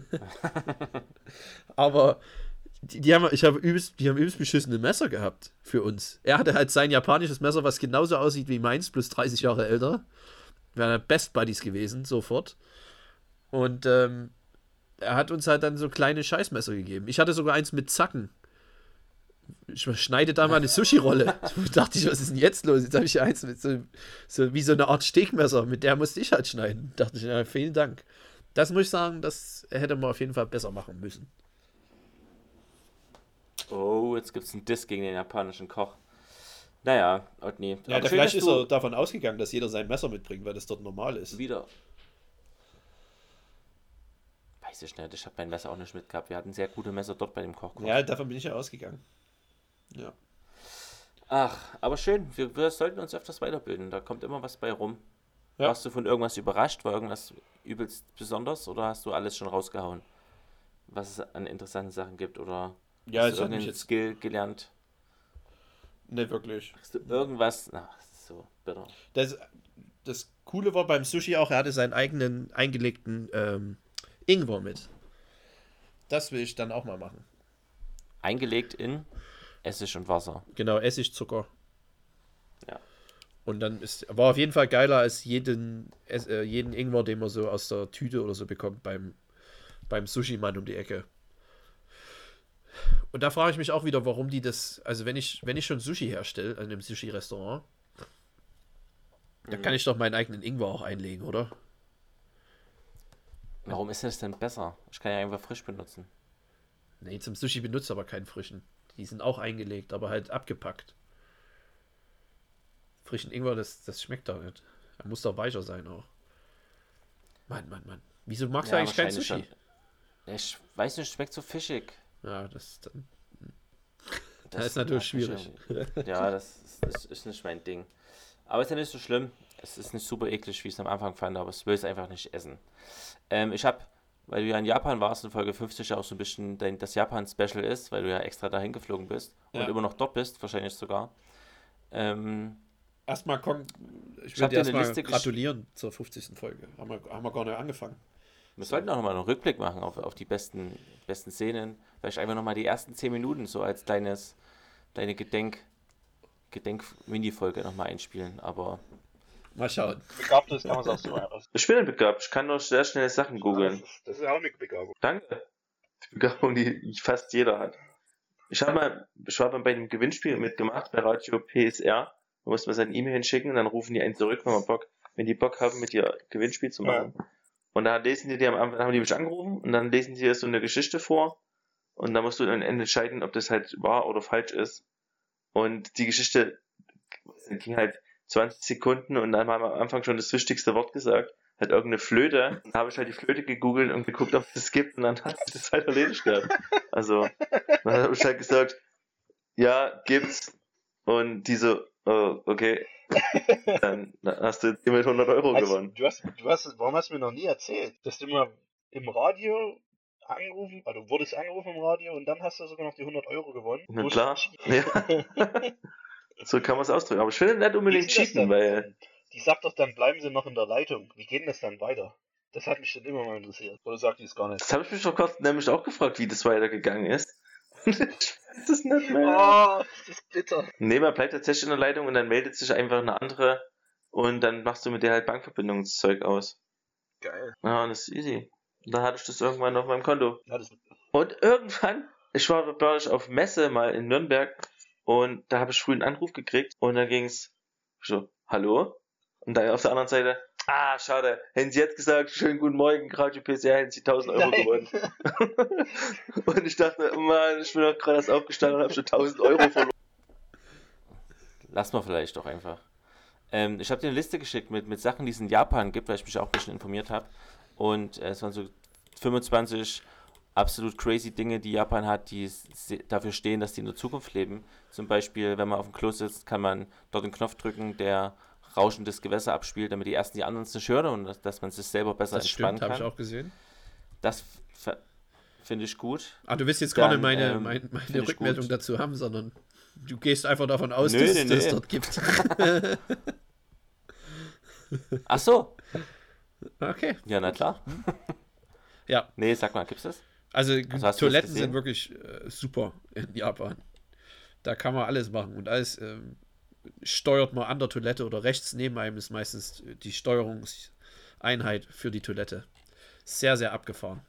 Aber die haben übelst beschissene Messer gehabt für uns. Er hatte halt sein japanisches Messer, was genauso aussieht wie meins, plus 30 Jahre älter. Wir waren Best Buddies gewesen, sofort. Und er hat uns halt dann so kleine Scheißmesser gegeben. Ich hatte sogar eins mit Zacken. Ich schneide da mal eine Sushi-Rolle. Da dachte ich, was ist denn jetzt los? Jetzt habe ich eins mit so wie so eine Art Stegmesser. Mit der musste ich halt schneiden. Da dachte ich, ja, vielen Dank. Das muss ich sagen, das hätte man auf jeden Fall besser machen müssen. Oh, jetzt gibt es einen Diss gegen den japanischen Koch. Naja, Otni. Ja, Aber schön, vielleicht dass ist du er davon ausgegangen, dass jeder sein Messer mitbringt, weil das dort normal ist. wieder. Weiß ich nicht, ich habe mein Messer auch nicht mitgehabt. Wir hatten sehr gute Messer dort bei dem Kochkurs. Ja, davon bin ich ja ausgegangen. Ja. Ach, aber schön. Wir sollten uns öfters weiterbilden. Da kommt immer was bei rum. Ja. Warst du von irgendwas überrascht? War irgendwas übelst besonders? Oder hast du alles schon rausgehauen, was es an interessanten Sachen gibt? Oder Ja, hast es du hat mich irgendeinen jetzt Skill gelernt? nicht wirklich. Hast du irgendwas? Ach, das ist so bitter. Das Coole war beim Sushi auch, er hatte seinen eigenen eingelegten Ingwer mit. Das will ich dann auch mal machen. Eingelegt in Essig und Wasser. Genau, Essig, Zucker. Ja. Und dann war auf jeden Fall geiler als jeden Ingwer, den man so aus der Tüte oder so bekommt beim Sushi-Mann um die Ecke. Und da frage ich mich auch wieder, warum die das, also wenn ich schon Sushi herstelle, in einem Sushi-Restaurant, dann kann ich doch meinen eigenen Ingwer auch einlegen, oder? Warum ist das denn besser? Ich kann ja einfach frisch benutzen. Nee, zum Sushi benutzt aber keinen frischen. Die sind auch eingelegt, aber halt abgepackt. Frischen Ingwer, das schmeckt doch nicht. Er muss doch weicher sein auch. Mann. Wieso magst du eigentlich kein Sushi? Schon. Ich weiß nicht, schmeckt so fischig. Ja, das ist natürlich schwierig. Ja, das ist nicht mein Ding. Aber es ist ja nicht so schlimm. Es ist nicht super eklig, wie ich es am Anfang fand, aber ich will es einfach nicht essen. Ich habe, weil du ja in Japan warst, in Folge 50 ja auch so ein bisschen das Japan-Special ist, weil du ja extra dahin geflogen bist und immer noch dort bist, wahrscheinlich sogar. Erstmal ich Ich will hab dir dir eine erstmal Liste gratulieren zur 50. Folge. Haben wir gar nicht angefangen. Wir sollten auch nochmal einen Rückblick machen auf die besten Szenen. Vielleicht einfach nochmal die ersten 10 Minuten so als kleine Gedenk-Mini-Folge nochmal einspielen. Aber Mal schauen. Begabt ist, kann man es auch so aus. ich bin begabt. Ich kann nur sehr schnell Sachen googeln. Das ist auch eine Begabung. Danke. Die Begabung, die fast jeder hat. Ich war mal bei einem Gewinnspiel mitgemacht bei Radio PSR. Da musste man seine E-Mail hinschicken und dann rufen die einen zurück, wenn die Bock haben, mit dir Gewinnspiel zu machen. Ja. Und da lesen die am Anfang, haben die mich angerufen und dann lesen die dir so eine Geschichte vor und dann musst du am Ende entscheiden, ob das halt wahr oder falsch ist. Und die Geschichte ging halt 20 Sekunden und dann haben wir am Anfang schon das wichtigste Wort gesagt, halt irgendeine Flöte. Dann habe ich halt die Flöte gegoogelt und geguckt, ob es das gibt und dann hat sich das halt erledigt gehabt. Also, dann habe ich halt gesagt, ja, gibt's. Und die so, oh, okay. Dann hast du jetzt mit 100 Euro gewonnen. Warum hast du mir noch nie erzählt, dass du immer im Radio angerufen, also du wurdest angerufen im Radio und dann hast du sogar noch die 100 Euro gewonnen? Na klar. Ja. So kann man es ausdrücken. Aber ich will nicht unbedingt cheaten, weil... Die sagt doch dann, bleiben Sie noch in der Leitung. Wie geht denn das dann weiter? Das hat mich schon immer mal interessiert. Oder sagt die es gar nicht? Das habe ich mich doch kurz nämlich auch gefragt, wie das weitergegangen ist. Ich weiß es nicht mehr. Oh, das ist bitter. Nee, man bleibt tatsächlich in der Leitung und dann meldet sich einfach eine andere und dann machst du mit der halt Bankverbindungszeug aus. Geil. Ja, und das ist easy. Und dann hatte ich das irgendwann auf meinem Konto. Ja, und irgendwann, ich war auf Messe mal in Nürnberg und da habe ich früh einen Anruf gekriegt und dann ging's so, hallo? Und da auf der anderen Seite, schade, hätten Sie jetzt gesagt, schönen guten Morgen, Radio PSR, hätten Sie 1000 Euro gewonnen. Und ich dachte, Mann, ich bin doch gerade erst aufgestanden und habe schon 1000 Euro verloren. Lass mal vielleicht doch einfach. Ich habe dir eine Liste geschickt mit Sachen, die es in Japan gibt, weil ich mich auch ein bisschen informiert habe. Und es waren so 25 absolut crazy Dinge, die Japan hat, die dafür stehen, dass die in der Zukunft leben. Zum Beispiel, wenn man auf dem Klo sitzt, kann man dort einen Knopf drücken, der rauschendes Gewässer abspielt, damit die ersten die anderen nicht hören und dass man sich selber besser entspannen kann. Das stimmt, habe ich auch gesehen. Das finde ich gut. Du willst jetzt gar nicht meine Rückmeldung dazu haben, sondern du gehst einfach davon aus, dass es das dort gibt. Ach so. Okay. Ja, na klar. Ja. Nee, sag mal, gibt's das? Also Toiletten sind wirklich super in Japan. Da kann man alles machen und alles steuert man an der Toilette oder rechts neben einem ist meistens die Steuerungseinheit für die Toilette. Sehr, sehr abgefahren.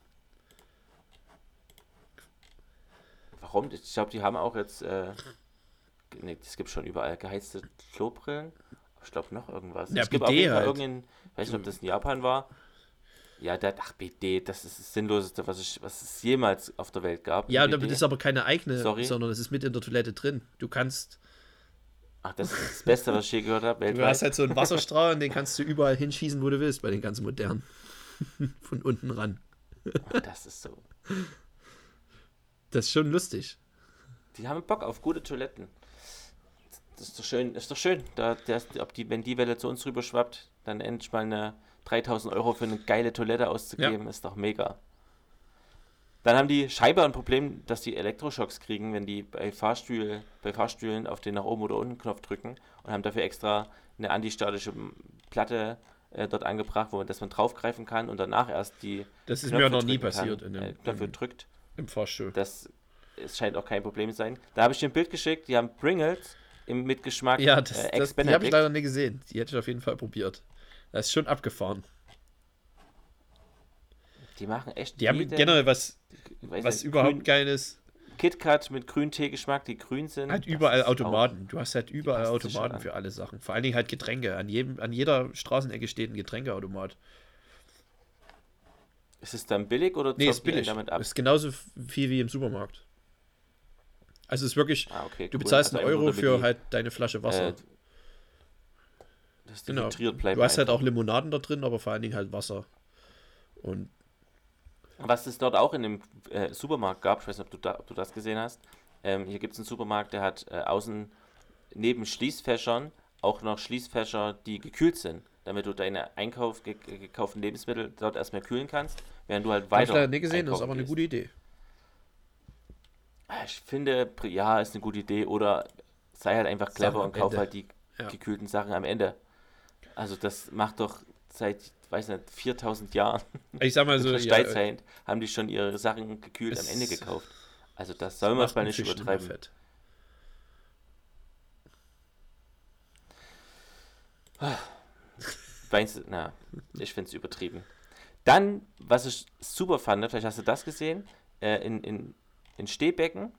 Warum? Ich glaube, die haben auch jetzt es gibt schon überall geheizte Klobrillen. Aber ich glaube noch irgendwas. Ja, es gibt BD auf jeden Fall halt. ich weiß nicht, ob das in Japan war. Ja, BD, das ist das Sinnloseste, was es jemals auf der Welt gab. Ja, das ist aber keine eigene, Sorry. sondern es ist mit in der Toilette drin. Du kannst... Ach, das ist das Beste, was ich je gehört habe, weltweit. Du hast halt so einen Wasserstrahl und den kannst du überall hinschießen, wo du willst, bei den ganz modernen. Von unten ran. Ach, das ist so... Das ist schon lustig. Die haben Bock auf gute Toiletten. Das ist doch schön. Wenn die Welle zu uns rüber schwappt, dann endlich mal eine 3000 Euro für eine geile Toilette auszugeben, ist doch mega. Dann haben die scheinbar ein Problem, dass die Elektroschocks kriegen, wenn die bei Fahrstühlen auf den nach oben oder unten Knopf drücken und haben dafür extra eine antistatische Platte dort angebracht, dass man draufgreifen kann und danach erst die Das ist Knöpfe mir noch nie passiert. Dafür drückt. Im Fahrstuhl. Es scheint auch kein Problem zu sein. Da habe ich dir ein Bild geschickt, die haben Pringles mit Geschmack die habe ich leider nie gesehen. Die hätte ich auf jeden Fall probiert. Das ist schon abgefahren. Die machen echt... Die haben generell was überhaupt Geiles. KitKat mit Grünteegeschmack, die grün sind. Halt überall Automaten. Du hast halt überall Automaten für alle Sachen. Vor allen Dingen halt Getränke. An jeder Straßenecke steht ein Getränkeautomat. Ist es dann billig oder ist billig. Damit ab? Ist genauso viel wie im Supermarkt. Also es ist wirklich, du bezahlst einen Euro für halt deine Flasche Wasser. Das filtriert bleibt. Du hast halt auch Limonaden da drin, aber vor allen Dingen halt Wasser. Und was es dort auch in dem Supermarkt gab, ich weiß nicht, ob du das gesehen hast, hier gibt es einen Supermarkt, der hat außen neben Schließfächern auch noch Schließfächer, die gekühlt sind, damit du deine gekauften Lebensmittel dort erstmal kühlen kannst, während du halt weiter. Hab ich leider nicht gesehen, das ist aber eine gute Idee. Ich finde, ja, ist eine gute Idee, oder sei halt einfach clever und kauf halt die gekühlten Sachen am Ende. Also das macht doch seit, weiß nicht, 4000 Jahren Ich sag mal so, Steinzeit haben die schon ihre Sachen gekühlt am Ende gekauft. Also das soll man mal nicht übertreiben. Ich finde es übertrieben. Dann, was ich super fand, vielleicht hast du das gesehen, in Stehbecken,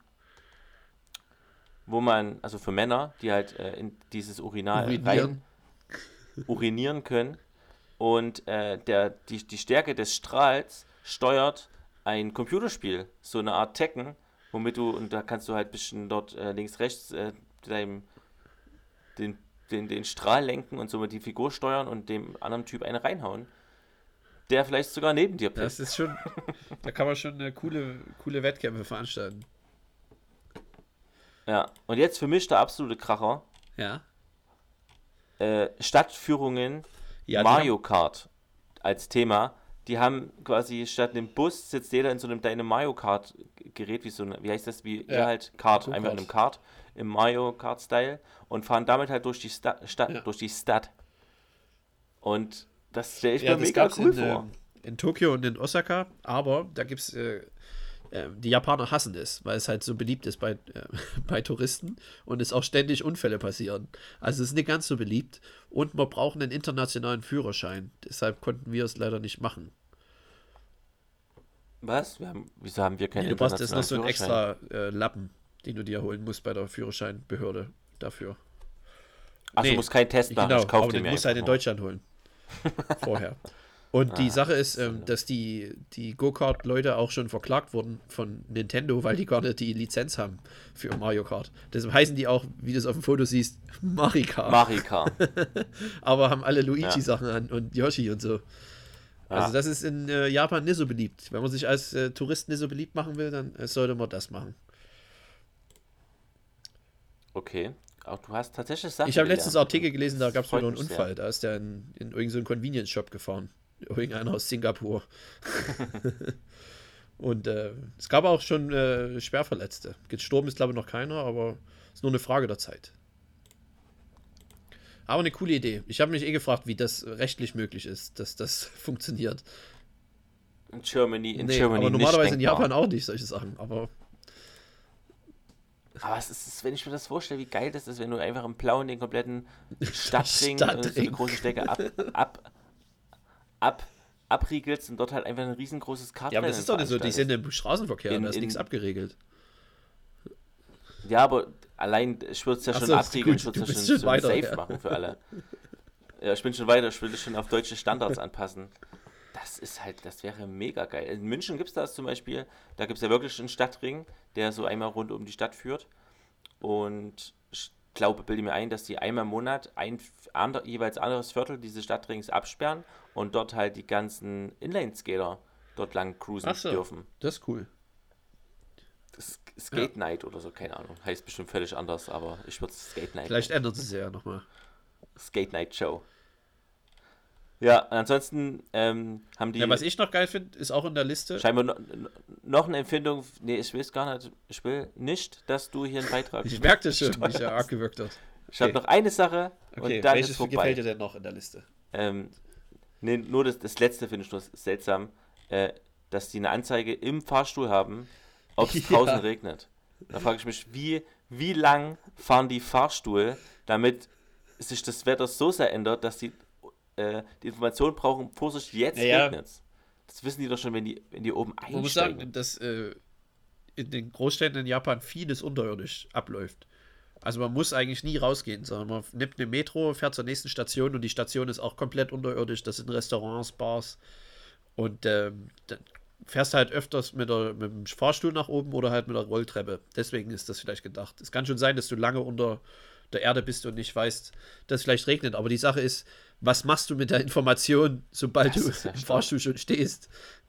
wo man, also für Männer, die halt in dieses Urinal urinieren können und die Stärke des Strahls steuert ein Computerspiel, so eine Art Tekken, womit und da kannst du halt ein bisschen dort links, rechts den Strahl lenken und somit die Figur steuern und dem anderen Typ eine reinhauen, der vielleicht sogar neben dir pisst. Das ist schon, da kann man schon coole Wettkämpfe veranstalten. Ja, und jetzt für mich der absolute Kracher. Ja. Stadtführungen, Mario Kart als Thema. Die haben quasi statt einem Bus sitzt jeder in so einem kleinen Mario Kart Gerät, wie heißt das, Kart, einfach in einem Kart, im Mario Kart Style und fahren damit halt durch die Stadt. Und das stelle ich mir mega cool vor. In Tokio und in Osaka, aber da gibt es die Japaner hassen es, weil es halt so beliebt ist bei Touristen und es auch ständig Unfälle passieren. Also es ist nicht ganz so beliebt und wir brauchen einen internationalen Führerschein. Deshalb konnten wir es leider nicht machen. Was? Wieso haben wir keinen internationalen Führerschein? Du brauchst jetzt noch so einen extra Lappen, den du dir holen musst bei der Führerscheinbehörde dafür. Ach, du musst keinen Test machen, genau, ich kaufe aber den musst du halt in Deutschland holen. Vorher. Und die Sache ist, dass die Go-Kart-Leute auch schon verklagt wurden von Nintendo, weil die gar nicht die Lizenz haben für Mario Kart. Deshalb heißen die auch, wie du es auf dem Foto siehst, Marika. Aber haben alle Luigi-Sachen an und Yoshi und so. Also das ist in Japan nicht so beliebt. Wenn man sich als Tourist nicht so beliebt machen will, dann sollte man das machen. Okay. Auch du hast tatsächlich Sachen. Ich habe letztens Artikel gelesen, da gab es wieder einen Unfall. Da ist der in irgendeinen so Convenience-Shop gefahren. Irgendeiner aus Singapur. Und es gab auch schon Schwerverletzte. Gestorben ist, glaube ich, noch keiner, aber es ist nur eine Frage der Zeit. Aber eine coole Idee. Ich habe mich gefragt, wie das rechtlich möglich ist, dass das funktioniert. In Germany aber normalerweise in Japan auch nicht solche Sachen. Aber es ist, wenn ich mir das vorstelle, wie geil das ist, wenn du einfach im Blauen den kompletten Stadtring so eine große Strecke abriegelst und dort halt einfach ein riesengroßes Kartrennen. Ja, aber das ist doch nicht so, die sind im Straßenverkehr, da ist nichts abgeregelt. Ja, aber allein, ich würde es ja schon abriegeln, ich würde es ja schon safe machen für alle. Ja, ich bin schon weiter, ich will das schon auf deutsche Standards anpassen. Das wäre mega geil. In München gibt es das zum Beispiel, da gibt es ja wirklich einen Stadtring, der so einmal rund um die Stadt führt. Und ich glaube, bilde mir ein, dass die einmal im Monat jeweils anderes Viertel dieses Stadtrings absperren und dort halt die ganzen Inline-Skater dort lang cruisen dürfen. Das ist cool. Skate Night oder so, keine Ahnung. Heißt bestimmt völlig anders, aber ich würde es Skate Night. Vielleicht ändert es ja nochmal. Skate Night Show. Ja, ansonsten haben die... Ja, was ich noch geil finde, ist auch in der Liste... Scheinbar noch eine Empfindung... Nee, ich will es gar nicht. Ich will nicht, dass du hier einen Beitrag... Ich merke das schon, wie ich ja arg gewirkt habe. Ich habe noch eine Sache und dann ist vorbei. Gefällt dir denn noch in der Liste? Nee, nur das letzte finde ich nur seltsam, dass die eine Anzeige im Fahrstuhl haben, ob es draußen regnet. Da frage ich mich, wie lang fahren die Fahrstuhl, damit sich das Wetter so sehr ändert, dass die Information brauchen, bevor es jetzt regnet. Das wissen die doch schon, wenn die oben einsteigen. Man muss sagen, dass in den Großstädten in Japan vieles unterirdisch abläuft. Also man muss eigentlich nie rausgehen, sondern man nimmt eine Metro, fährt zur nächsten Station und die Station ist auch komplett unterirdisch. Das sind Restaurants, Bars und dann fährst halt öfters mit dem Fahrstuhl nach oben oder halt mit der Rolltreppe. Deswegen ist das vielleicht gedacht. Es kann schon sein, dass du lange unter der Erde bist und nicht weißt, dass es vielleicht regnet. Aber die Sache ist, was machst du mit der Information, sobald du im Fahrstuhl schon stehst?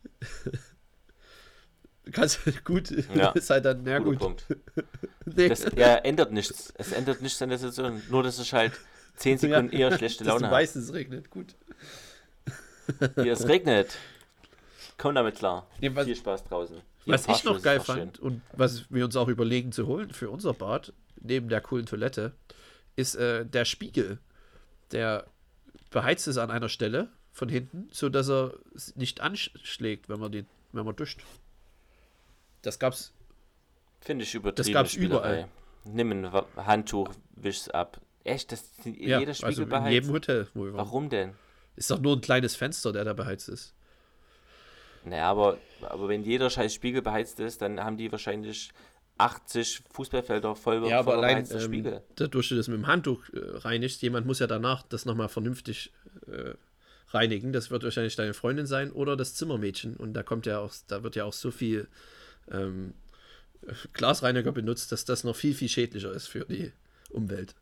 Kannst gut, ist halt dann, na gut. Punkt. Nee. Das ändert nichts. Es ändert nichts an der Situation. Nur, dass ich halt 10 Sekunden eher schlechte Laune habe. Du weißt, es regnet, gut. Hier, es regnet. Komm damit klar. Viel Spaß draußen. Was ich noch geil fand und was wir uns auch überlegen zu holen für unser Bad, neben der coolen Toilette, ist der Spiegel, der beheizt ist an einer Stelle von hinten, sodass er nicht anschlägt, wenn man duscht. Das gab's. Finde ich übertrieben. Das gab's überall. Nimm ein Handtuch, wisch's ab. Echt, das ist in jeder Spiegel also beheizt? in jedem Hotel. Wo wir waren. Warum denn? Ist doch nur ein kleines Fenster, der da beheizt ist. Naja, aber wenn jeder scheiß Spiegel beheizt ist, dann haben die wahrscheinlich 80 Fußballfelder voll Ja, aber allein beheizte Spiegel. dadurch, dass du das mit dem Handtuch reinigst, jemand muss ja danach das nochmal vernünftig reinigen. Das wird wahrscheinlich deine Freundin sein oder das Zimmermädchen. Und da wird ja auch so viel Glasreiniger benutzt, dass das noch viel, viel schädlicher ist für die Umwelt.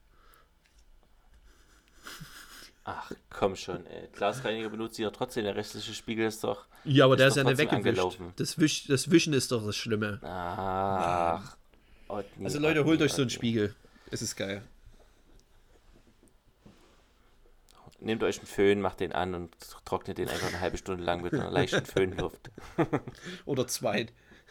Ach, komm schon, ey. Glasreiniger benutzt ja trotzdem, der restliche Spiegel ist doch. Ja, aber der ist doch ja nicht trotzdem weggewischt. angelaufen. Das Wischen ist doch das Schlimme. Ach. Otni, Also Leute, holt euch so einen Otni. Spiegel. Es ist geil. Nehmt euch einen Föhn, macht den an und trocknet den einfach eine halbe Stunde lang mit einer leichten Föhnluft. Oder zwei.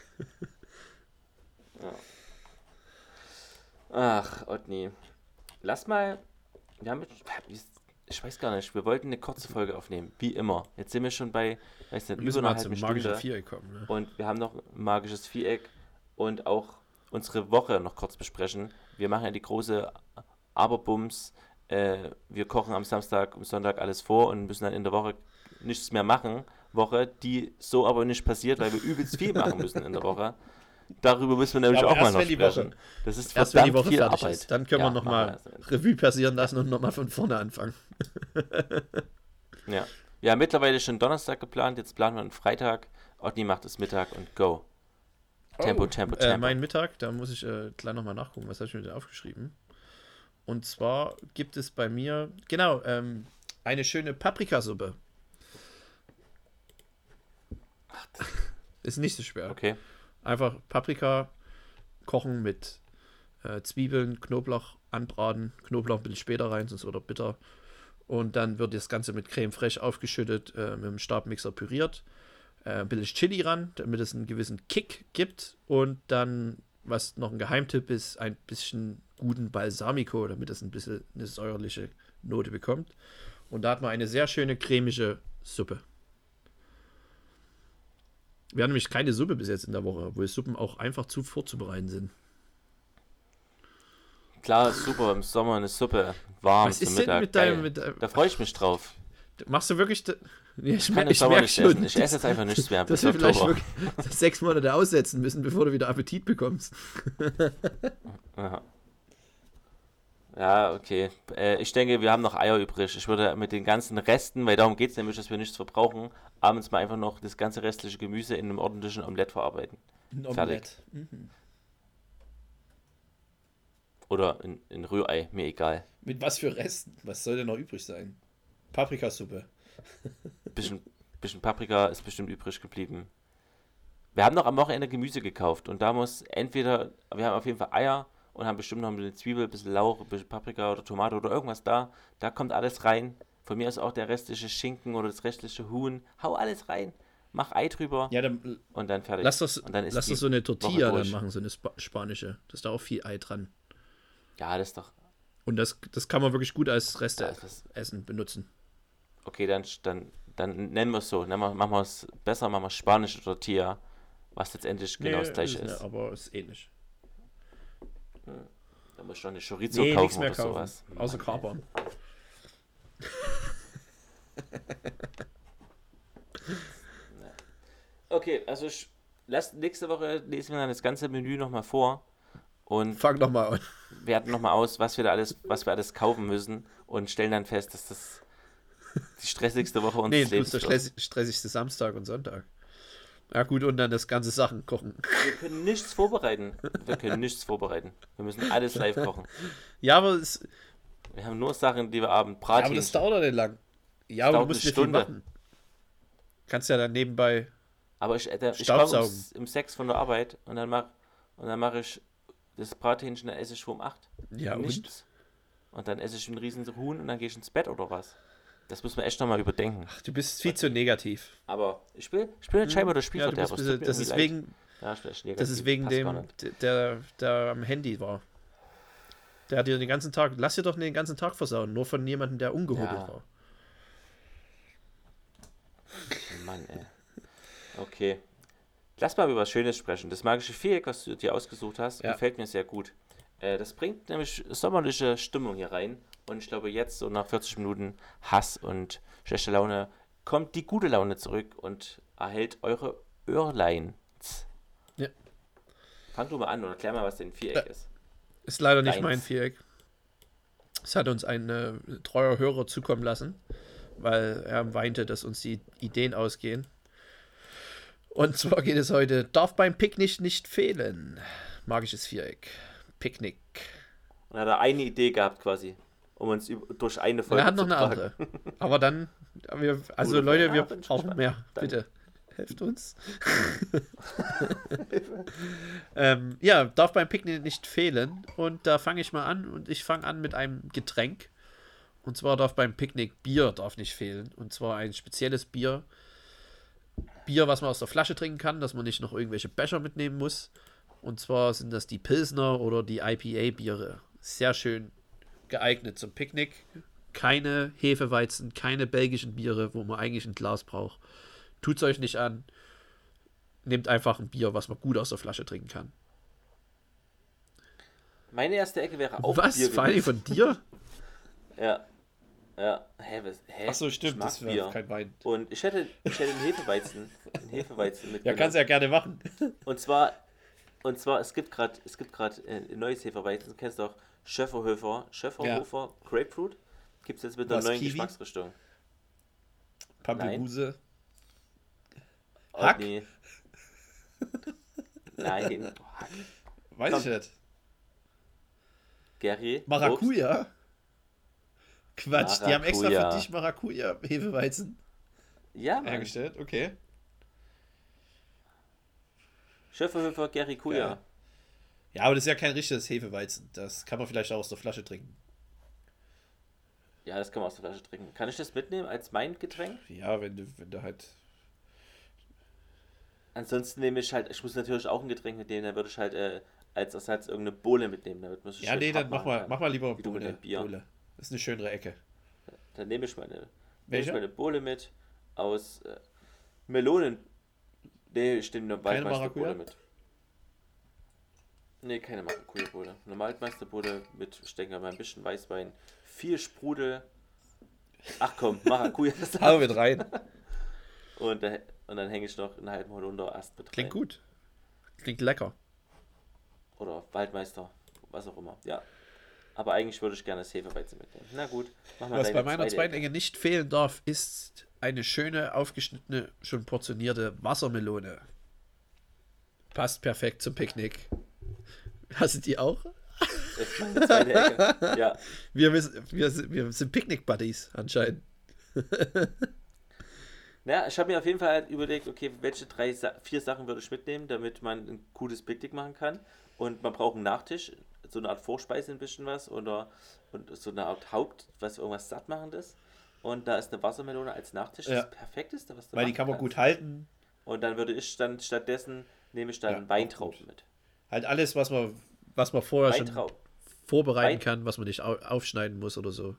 Ach, Otni. Lass mal. Ich weiß gar nicht, wir wollten eine kurze Folge aufnehmen, wie immer. Jetzt sind wir schon bei, weiß nicht, Wir müssen über mal einer zum halben magischen Stunde. Viereck kommen. Ne? Und wir haben noch ein magisches Viereck und auch unsere Woche noch kurz besprechen. Wir machen ja die große Aberbums. Wir kochen am Samstag, am Sonntag alles vor und müssen dann in der Woche nichts mehr machen. Woche, die so aber nicht passiert, weil wir übelst viel machen müssen in der Woche. Darüber müssen wir nämlich Ja, aber auch mal erst, noch wenn die sprechen. Das ist Erst wenn die verdammt Woche viel fertig Arbeit. ist, dann können wir Ja, nochmal machen wir das. Revue passieren lassen und nochmal von vorne anfangen. Ja. Wir haben mittlerweile schon Donnerstag geplant, jetzt planen wir einen Freitag. Otni macht es Mittag und go. Tempo, Tempo, Tempo. Mein Mittag, da muss ich gleich nochmal nachgucken, was habe ich mir denn aufgeschrieben. Und zwar gibt es bei mir, genau, eine schöne Paprikasuppe. Ist nicht so schwer. Okay. Einfach Paprika kochen mit Zwiebeln, Knoblauch anbraten, Knoblauch ein bisschen später rein, sonst wird er bitter. Und dann wird das Ganze mit Creme fraiche aufgeschüttet, mit dem Stabmixer püriert. Ein bisschen Chili ran, damit es einen gewissen Kick gibt. Und dann, was noch ein Geheimtipp ist, ein bisschen guten Balsamico, damit es ein bisschen eine säuerliche Note bekommt. Und da hat man eine sehr schöne cremige Suppe. Wir haben nämlich keine Suppe bis jetzt in der Woche, obwohl Suppen auch einfach zu vorzubereiten sind. Klar, super, im Sommer eine Suppe, warm Was zum ist denn Mittag. mit Geil. deinem... Da freue ich mich drauf. Machst du wirklich... Ja, Ich kann im Sommer merk nicht schon, essen. Ich esse jetzt einfach nichts mehr. dass Bis wir vielleicht Oktober. wirklich 6 Monate aussetzen müssen, bevor du wieder Appetit bekommst. Aha. Ja, okay. Ich denke, wir haben noch Eier übrig. Ich würde mit den ganzen Resten, weil darum geht es nämlich, dass wir nichts verbrauchen, abends mal einfach noch das ganze restliche Gemüse in einem ordentlichen Omelett verarbeiten. Ein Fertig. Oder in Rührei, mir egal. Mit was für Resten? Was soll denn noch übrig sein? Paprikasuppe. Bisschen Paprika ist bestimmt übrig geblieben. Wir haben noch am Wochenende Gemüse gekauft und da muss entweder, wir haben auf jeden Fall Eier und haben bestimmt noch ein bisschen Zwiebel, ein bisschen Lauch, ein bisschen Paprika oder Tomate oder irgendwas da. Da kommt alles rein. Von mir ist auch der restliche Schinken oder das restliche Huhn. Hau alles rein. Mach Ei drüber Ja, dann und dann fertig. lass das, und dann ist lass die das so eine Tortilla Woche dann durch. machen, so eine spanische. Da ist da auch viel Ei dran. Ja, das ist doch. Und das kann man wirklich gut als Da ist was. Resteessen benutzen. Okay, dann nennen wir es so. Machen wir es besser, machen wir spanische Tortilla, was letztendlich genau das gleiche ist ist. nicht, aber ist ähnlich. Da muss ich schon eine Chorizo Nee, nichts kaufen mehr oder kaufen. sowas. Außer Kapern. Okay, also nächste Woche lesen wir dann das ganze Menü nochmal vor und Fang doch mal an. werten nochmal aus, was wir alles kaufen müssen und stellen dann fest, dass das die stressigste Woche Nee, unseres du bist Lebens der wird. stressigste Samstag und Sonntag. Ja gut, und dann das ganze Sachen kochen. Wir können nichts vorbereiten. Wir müssen alles live kochen. Ja, aber Wir haben nur Sachen, die wir abend braten. aber das dauert doch nicht lang. Ja, aber du dauert musst eine nicht viel Stunde. machen. Kannst ja dann nebenbei... Aber ich komme Staubsaugen. um 6 von der Arbeit und dann mache ich das Brathähnchen, dann esse ich um 8. Ja, Nichts. Und dann esse ich einen riesen Huhn und dann gehe ich ins Bett oder was? Das muss man echt nochmal überdenken. Ach, du bist viel zu negativ. Aber ich bin nicht scheinbar der Ja, du bist Spielverderber. ein bisschen, das ist wegen, Ja, ich bin echt das ist wegen Passt gar dem, nicht. der am Handy war. Der hat dir den ganzen Tag, lass dir doch den ganzen Tag versauen, nur von jemandem, der ungehobelt Ja. war. Mann, ey. Okay. Lass mal über was Schönes sprechen. Das magische Viereck, was du dir ausgesucht hast, Ja. gefällt mir sehr gut. Das bringt nämlich sommerliche Stimmung hier rein. Und ich glaube, jetzt, so nach 40 Minuten Hass und schlechter Laune, kommt die gute Laune zurück und erhält eure Öhrleins. Ja. Fang du mal an und erklär mal, was denn ein Viereck ist. Ist leider nicht Deins. mein Viereck. Es hat uns ein treuer Hörer zukommen lassen, weil er meinte, dass uns die Ideen ausgehen. Und zwar geht es heute, darf beim Picknick nicht fehlen. Magisches Viereck. Picknick. Und hat er eine Idee gehabt quasi, um uns durch eine Folge Er hat noch zu eine tragen. andere. Aber dann, also Gute Leute, Folge. wir Ja, bin ich brauchen gespannt. mehr. Dann- Bitte, helft uns. Ja, darf beim Picknick nicht fehlen. Und da fange ich mal an. Und ich fange an mit einem Getränk. Und zwar darf beim Picknick Bier darf nicht fehlen. Und zwar ein spezielles Bier. Bier, was man aus der Flasche trinken kann, dass man nicht noch irgendwelche Becher mitnehmen muss. Und zwar sind das die Pilsner oder die IPA-Biere. Sehr schön geeignet zum Picknick. Keine Hefeweizen, keine belgischen Biere, wo man eigentlich ein Glas braucht. Tut's euch nicht an. Nehmt einfach ein Bier, was man gut aus der Flasche trinken kann. Meine erste Ecke wäre auch Was? Bier Vor allem gewesen. von dir? Ja. Ja. Hä? Achso, Ich stimmt, mag das wäre Bier. kein Wein. Und ich hätte einen Hefeweizen Ja, mitgenommen. kannst du ja gerne machen. Und zwar, es gibt gerade ein neues Hefeweizen, kennst du auch Schöfferhofer Grapefruit. Gibt es jetzt mit einer Was, neuen Kiwi? Geschmacksrichtung. Pampelmuse. Oh, Hack? nee. Nein. Oh, Hack. Weiß Komm. ich nicht. Guerrier. Obst. Maracuja? Quatsch, die haben extra Maracuja. für dich Maracuja-Hefeweizen Ja, Mann. hergestellt. Okay. Schöfferhofer Guerrier. Ja. Ja, aber das ist ja kein richtiges Hefeweizen. Das kann man vielleicht auch aus der Flasche trinken. Ja, das kann man aus der Flasche trinken. Kann ich das mitnehmen als mein Getränk? Ja, wenn du halt. Ansonsten nehme ich halt, ich muss natürlich auch ein Getränk mitnehmen, dann würde ich halt als Ersatz irgendeine Bohle mitnehmen, damit man so Ja, schön nee, dann hart mach machen kann. mal lieber Wie du mit dem Bier. Bohle. Das ist eine schönere Ecke. Dann nehme ich meine Welche? Bohle mit aus Melonen. Nee, ich nehme eine Keine Waldmeisterbohle Maracuja? mit. Nee, keine Maracuja-Bohle. Eine Waldmeisterbohle mit, ich denke mal, ein bisschen Weißwein, viel Sprudel. Ach komm, Maracuja. Hau mit rein. Und dann hänge ich noch einen halben Holunderast mit rein. Klingt gut. Klingt lecker. Oder Waldmeister, was auch immer. Ja. Aber eigentlich würde ich gerne das Hefeweizen mitnehmen. Na gut, mach mal Was deine bei meiner zweite zweiten Ecke. Ecke nicht fehlen darf, ist eine schöne, aufgeschnittene, schon portionierte Wassermelone. Passt perfekt zum Picknick. Hast du die auch? Das ist meine zweite Ecke. Ja. Wir sind Picknick-Buddies anscheinend. Ja, ich habe mir auf jeden Fall halt überlegt, okay, welche 4 Sachen würde ich mitnehmen, damit man ein gutes Picknick machen kann. Und man braucht einen Nachtisch, so eine Art Vorspeise, ein bisschen was, und so eine Art Haupt, was irgendwas Sattmachendes. Und da ist eine Wassermelone als Nachtisch Ja. das Perfekteste, was du Weil die machen kann man kannst. gut halten. Und dann würde ich dann stattdessen, nehme ich dann Ja, auch Weintrauben gut. mit. Halt alles, was man vorher schon Weintrauben. vorbereiten Wein- kann, was man nicht aufschneiden muss oder so.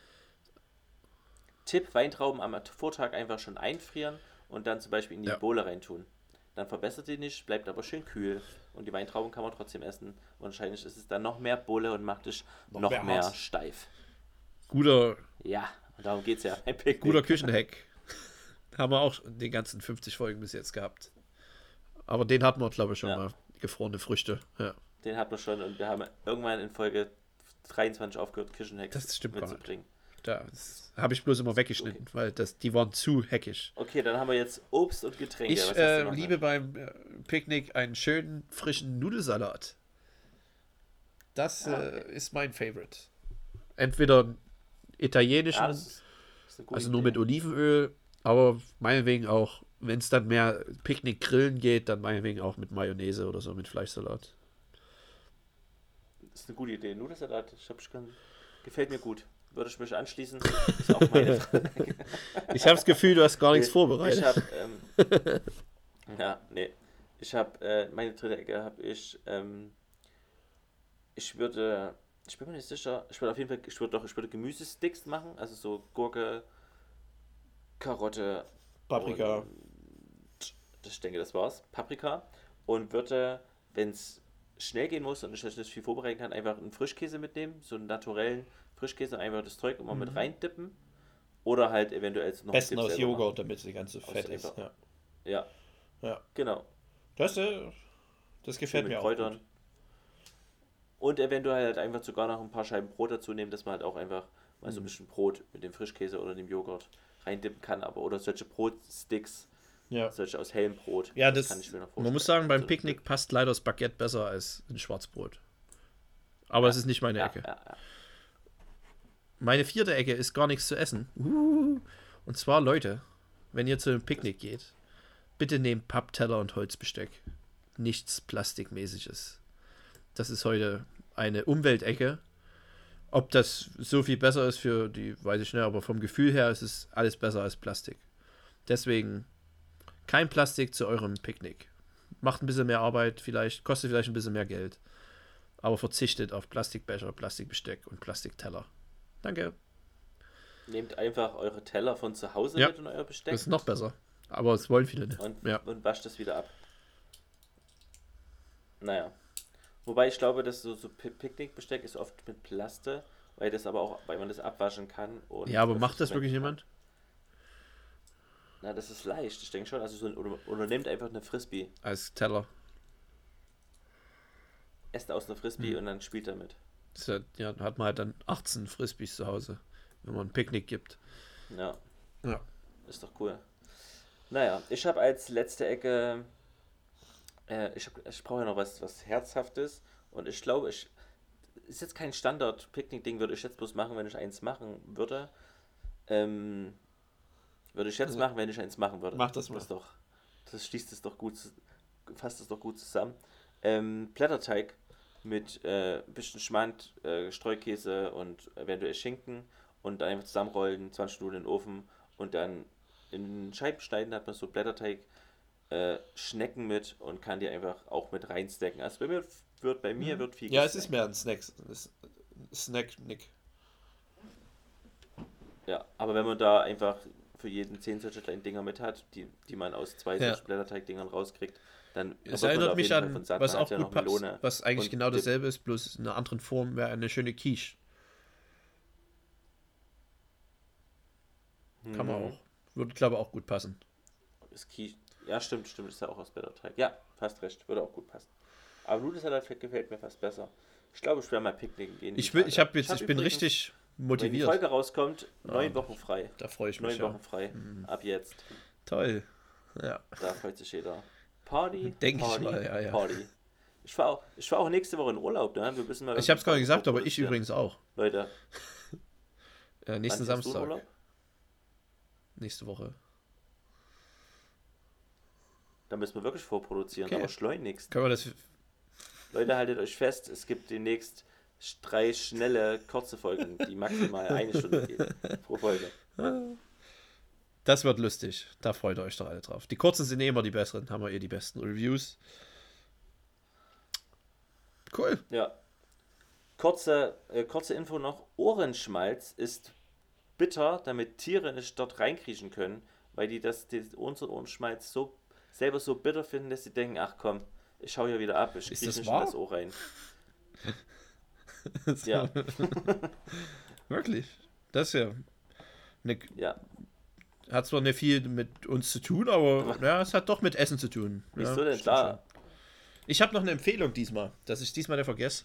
Tipp, Weintrauben am Vortag einfach schon einfrieren und dann zum Beispiel in die Ja. Bohle reintun. Dann verbessert die nicht, bleibt aber schön kühl. Und die Weintrauben kann man trotzdem essen. Und wahrscheinlich ist es dann noch mehr Bohle und macht dich noch mehr mehr hart. steif. Guter Ja, und darum geht es ja beim Picknick. Guter Küchenhack. Haben wir auch in den ganzen 50 Folgen bis jetzt gehabt. Aber den hatten wir, glaube ich, schon Ja. mal. Gefrorene Früchte. Ja. Den hat man schon und wir haben irgendwann in Folge 23 aufgehört, Küchenhacks Das stimmt gar nicht. mitzubringen. Das habe ich bloß immer weggeschnitten, weil die waren zu hackig. Okay, dann haben wir jetzt Obst und Getränke. Ich Was hast du noch liebe beim Picknick einen schönen, frischen Nudelsalat. Das ist mein Favorite. Entweder italienischen, Ja, das ist eine gute also nur Idee. mit Olivenöl, aber meinetwegen auch, wenn es dann mehr Picknick-Grillen geht, dann meinetwegen auch mit Mayonnaise oder so, mit Fleischsalat. Das ist eine gute Idee. Nudelsalat, gefällt mir gut. Würde ich mich anschließen. Ist auch meine Frage. Ich habe das Gefühl, du hast gar nichts vorbereitet. Ich habe, ja, nee. Ich habe, meine dritte Ecke habe ich, ich Ich bin mir nicht sicher. Ich würde auf jeden Fall, ich würde Gemüsesticks machen, also so Gurke, Karotte, Paprika. und ich denke, das war's. Paprika. Und würde, wenn es schnell gehen muss und ich das nicht viel vorbereiten kann, einfach einen Frischkäse mitnehmen, so einen naturellen Frischkäse, einfach das Zeug immer mit reindippen. Oder halt eventuell noch Besten Dip aus selber Joghurt, machen. damit sie ganz so fett ist. einfach- Ja. Ja, Ja. genau. Das Schön gefällt mit mir auch Kräutern. gut. Und eventuell halt einfach sogar noch ein paar Scheiben Brot dazu nehmen, dass man halt auch einfach mal so ein bisschen Brot mit dem Frischkäse oder dem Joghurt reindippen kann. Aber oder solche Brotsticks, Ja. solche aus hellem Brot. Ja, das kann ich mir noch man muss vorstellen. sagen, beim So ein Picknick passt leider das Baguette besser als ein Schwarzbrot. Aber es ist nicht meine Stück. Ecke. Ja. Meine 4. Ecke ist gar nichts zu essen. Und zwar, Leute, wenn ihr zu einem Picknick geht, bitte nehmt Pappteller und Holzbesteck. Nichts Plastikmäßiges. Das ist heute eine Umweltecke. Ob das so viel besser ist für die, weiß ich nicht, aber vom Gefühl her ist es alles besser als Plastik. Deswegen kein Plastik zu eurem Picknick. Macht ein bisschen mehr Arbeit, kostet vielleicht ein bisschen mehr Geld. Aber verzichtet auf Plastikbecher, Plastikbesteck und Plastikteller. Danke. Nehmt einfach eure Teller von zu Hause Ja. mit und euer Besteck Das ist noch besser. Aber es wollen viele nicht. und wascht es wieder ab. Naja. Wobei ich glaube, dass so Picknickbesteck ist oft mit Plaste, weil man das abwaschen kann. Und Ja, aber öfters macht das verwenden wirklich kann. jemand? Na, das ist leicht, ich denke schon. Also oder nehmt einfach eine Frisbee. Als Teller. Esst aus einer Frisbee und dann spielt damit. Das ist ja, hat man halt dann 18 Frisbees zu Hause, wenn man ein Picknick gibt. Ja, Ja. ist doch cool. Naja, ich habe als letzte Ecke, ich brauche ja noch was Herzhaftes und ich glaube, ist jetzt kein Standard-Picknick-Ding, würde ich jetzt bloß machen, wenn ich eins machen würde. Würde ich jetzt machen, wenn ich eins machen würde. Mach das mal. Das schließt es doch gut, fasst es doch gut zusammen. Blätterteig mit bisschen Schmand, Streukäse und eventuell Schinken und dann einfach zusammenrollen, 20 Minuten in den Ofen und dann in Scheiben schneiden, hat man so Blätterteig, Schnecken mit und kann die einfach auch mit reinstecken. Also bei mir wird viel Ja, es gesnackt. ist mehr ein Snack-Nick. Ja, aber wenn man da einfach für jeden 10 solche kleinen Dinger mit hat, die man aus 2 Ja. solchen Blätterteig-Dingern rauskriegt, dann Es wird man da erinnert auf mich jeden Fall an, von satt. was Man hat auch ja gut noch passt, Melone was eigentlich und genau Dip. dasselbe ist, bloß in einer anderen Form, wäre eine schöne Quiche. Kann man auch. Würde, glaube ich, auch gut passen. Ja, stimmt, ist ja auch aus Blätterteig. Ja, fast recht, würde auch gut passen. Aber Nudelsalat gefällt mir fast besser. Ich glaube, ich werde mal picknicken gehen. Ich die bin Tage. richtig Wenn die motiviert. Folge rauskommt, 9 Wochen frei. Da freue ich 9 mich. Wochen Ja. frei. Ab jetzt. Toll. Ja. Da freut sich jeder. Party, Denk ich Party, mal, ja. Party. Ich fahr auch nächste Woche in Urlaub, ne? Wir müssen mal Ich habe es gerade gesagt, aber ich produzieren. übrigens auch. Leute, Nächsten wann fährst du in Samstag. Urlaub? Nächste Woche. Da müssen wir wirklich vorproduzieren, Okay. aber schleunigst. Können wir das. Leute, haltet euch fest, es gibt demnächst 3 schnelle, kurze Folgen, die maximal 1 Stunde gehen pro Folge. Das wird lustig. Da freut ihr euch doch alle drauf. Die kurzen sind immer die besseren. Haben wir die besten Reviews. Cool. Ja. Kurze Info noch. Ohrenschmalz ist bitter, damit Tiere nicht dort reinkriechen können, weil die unseren Ohrenschmalz selber so bitter finden, dass sie denken, ach komm, ich schau hier wieder ab, ich Ist kriege das nicht in wahr? das Ohr rein. Ja, Wirklich. Das ist ja. ja. Hat zwar nicht viel mit uns zu tun, aber ja, es hat doch mit Essen zu tun. Wieso ja, denn stimmt da? schon. Ich habe noch eine Empfehlung diesmal, dass ich diesmal nicht vergesse.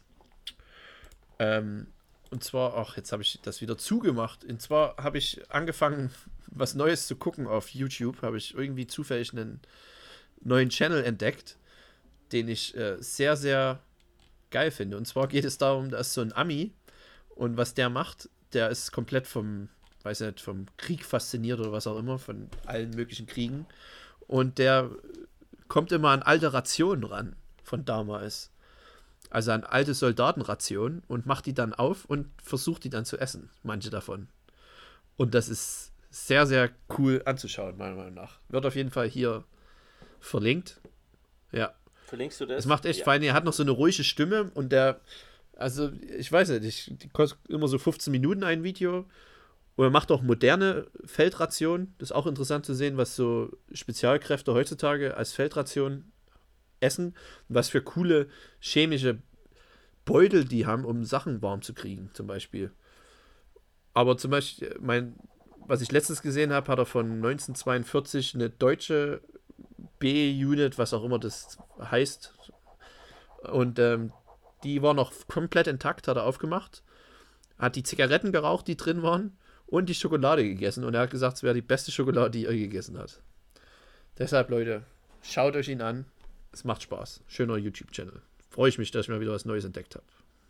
Und zwar, ach, jetzt habe ich das wieder zugemacht. Und zwar habe ich angefangen, was Neues zu gucken auf YouTube. Habe ich irgendwie zufällig einen neuen Channel entdeckt, den ich sehr, sehr geil finde. Und zwar geht es darum, da ist so ein Ami und was der macht, der ist komplett vom Krieg fasziniert oder was auch immer, von allen möglichen Kriegen. Und der kommt immer an alte Rationen ran von damals. Also an alte Soldatenrationen und macht die dann auf und versucht die dann zu essen, manche davon. Und das ist sehr, sehr cool anzuschauen, meiner Meinung nach. Wird auf jeden Fall hier verlinkt. Ja. Verlinkst du das? Es macht echt, Ja. vor allem, er hat noch so eine ruhige Stimme und der Also, ich weiß nicht, die kostet immer so 15 Minuten ein Video. Und er macht auch moderne Feldrationen. Das ist auch interessant zu sehen, was so Spezialkräfte heutzutage als Feldration essen. Und was für coole chemische Beutel die haben, um Sachen warm zu kriegen, zum Beispiel. Aber zum Beispiel, was ich letztens gesehen habe, hat er von 1942 eine deutsche B-Unit, was auch immer das heißt. Und die war noch komplett intakt, hat er aufgemacht. Hat die Zigaretten geraucht, die drin waren. Und die Schokolade gegessen. Und er hat gesagt, es wäre die beste Schokolade, die er gegessen hat. Deshalb, Leute, schaut euch ihn an. Es macht Spaß. Schöner YouTube-Channel. Freue ich mich, dass ich mal wieder was Neues entdeckt habe.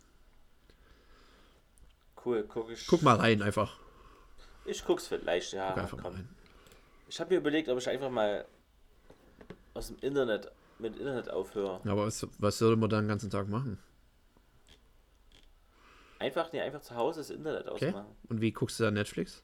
Cool, Guck mal rein, einfach. Ich guck's vielleicht, ja. Guck einfach mal rein. Ich habe mir überlegt, ob ich einfach mal aus dem Internet, mit Internet aufhöre. Aber was soll man da den ganzen Tag machen? Einfach zu Hause das Internet Okay. ausmachen. Und wie guckst du da Netflix?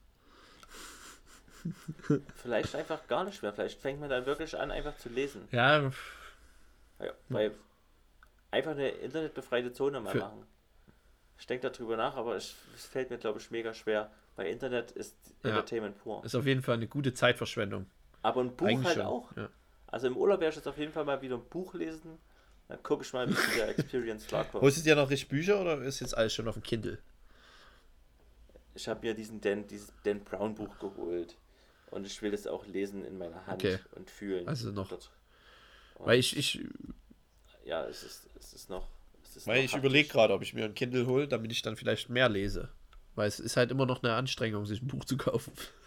Vielleicht einfach gar nicht mehr. Vielleicht fängt man dann wirklich an, einfach zu lesen. Ja, Ja, weil einfach eine internetbefreite Zone mal machen. Ich denke darüber nach, aber es fällt mir, glaube ich, mega schwer. Weil Internet ist Entertainment pur. ist auf jeden Fall eine gute Zeitverschwendung. Aber ein Buch Eigentlich halt schon, auch. ja. Also im Urlaub werde ich jetzt auf jeden Fall mal wieder ein Buch lesen. Dann gucke ich mal, wie ich der Experience klarkomme. Holst du dir noch richtig Bücher oder ist jetzt alles schon auf dem Kindle? Ich habe mir dieses Dan Brown Buch geholt. Und ich will das auch lesen in meiner Hand und fühlen. Also noch. Und Weil ich ja, es ist noch. Weil ich überlege gerade, ob ich mir ein Kindle hole, damit ich dann vielleicht mehr lese. Weil es ist halt immer noch eine Anstrengung, sich ein Buch zu kaufen.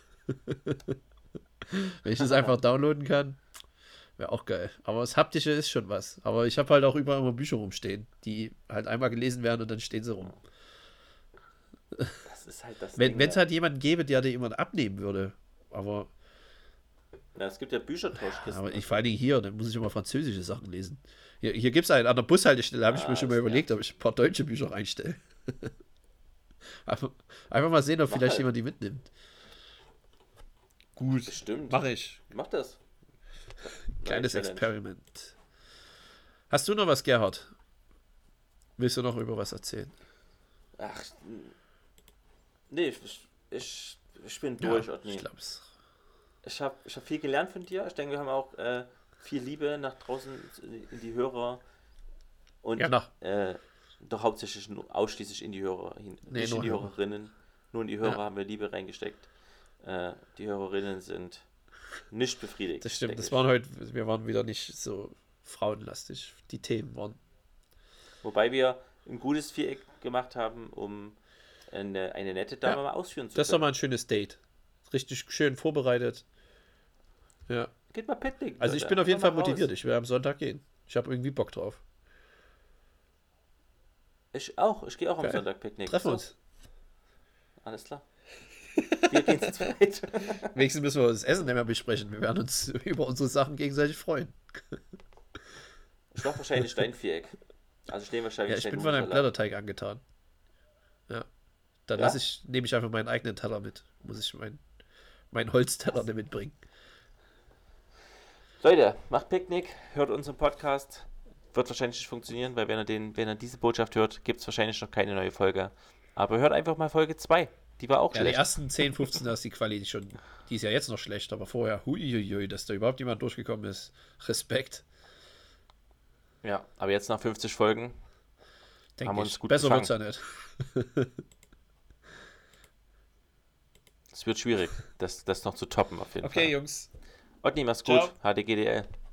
Wenn ich das einfach downloaden kann, wäre auch geil. Aber das Haptische ist schon was. Aber ich habe halt auch überall immer Bücher rumstehen, die halt einmal gelesen werden und dann stehen sie rum. Das ist halt das Wenn Ding, es halt jemanden gäbe, der dir jemand abnehmen würde. Aber es gibt ja Büchertauschkisten. Aber vor allen Dingen hier, dann muss ich immer französische Sachen lesen. Hier gibt es einen, an der Bushaltestelle, habe ich mir schon mal überlegt, ob ich ein paar deutsche Bücher reinstelle. einfach mal sehen, ob vielleicht jemand die mitnimmt. Gut, Bestimmt. mache ich. Mach das. Kleines Challenge. Experiment. Hast du noch was, Gerhard? Willst du noch über was erzählen? Ach, nee, ich bin durch, Otni. Ich glaub's. Ich hab viel gelernt von dir. Ich denke, wir haben auch viel Liebe nach draußen in die Hörer und doch hauptsächlich ausschließlich in die Hörer hin. Nicht in die Hörerinnen. Nur in die Hörer haben wir Liebe reingesteckt. Die Hörerinnen sind nicht befriedigt. Das stimmt, wir waren wieder nicht so frauenlastig. Die Themen waren. Wobei wir ein gutes Viereck gemacht haben, um eine nette Dame mal ausführen zu können. Das ist doch mal ein schönes Date. Richtig schön vorbereitet. Ja. Geht mal picknicken. Also ich bin auf jeden Fall motiviert. Ich werde am Sonntag gehen. Ich habe irgendwie Bock drauf. Ich auch. Ich gehe auch am Sonntag picknicken. Treffen uns. Alles klar. Wir gehen zu zweit. Wenigstens müssen wir das Essen nicht mehr besprechen. Wir werden uns über unsere Sachen gegenseitig freuen. Ich mache wahrscheinlich dein Viereck. Also ich nehme wahrscheinlich ich bin von einem Blätterteig angetan. Ja. Dann nehme ich einfach meinen eigenen Teller mit. Muss ich meinen Holzteller nicht mitbringen. Leute, macht Picknick, hört unseren Podcast. Wird wahrscheinlich nicht funktionieren, weil wenn er diese Botschaft hört, gibt es wahrscheinlich noch keine neue Folge. Aber hört einfach mal Folge 2. Die war auch schlecht. Die ersten 10, 15, da ist die Qualität schon. Die ist ja jetzt noch schlecht, aber vorher, huiuiui, dass da überhaupt jemand durchgekommen ist. Respekt. Ja, aber jetzt nach 50 Folgen haben wir uns gut besser gefangen. wird's ja nicht. Es wird schwierig, das noch zu toppen auf jeden Fall. Okay, Jungs. Otni, mach's Ciao. gut. HDGDL.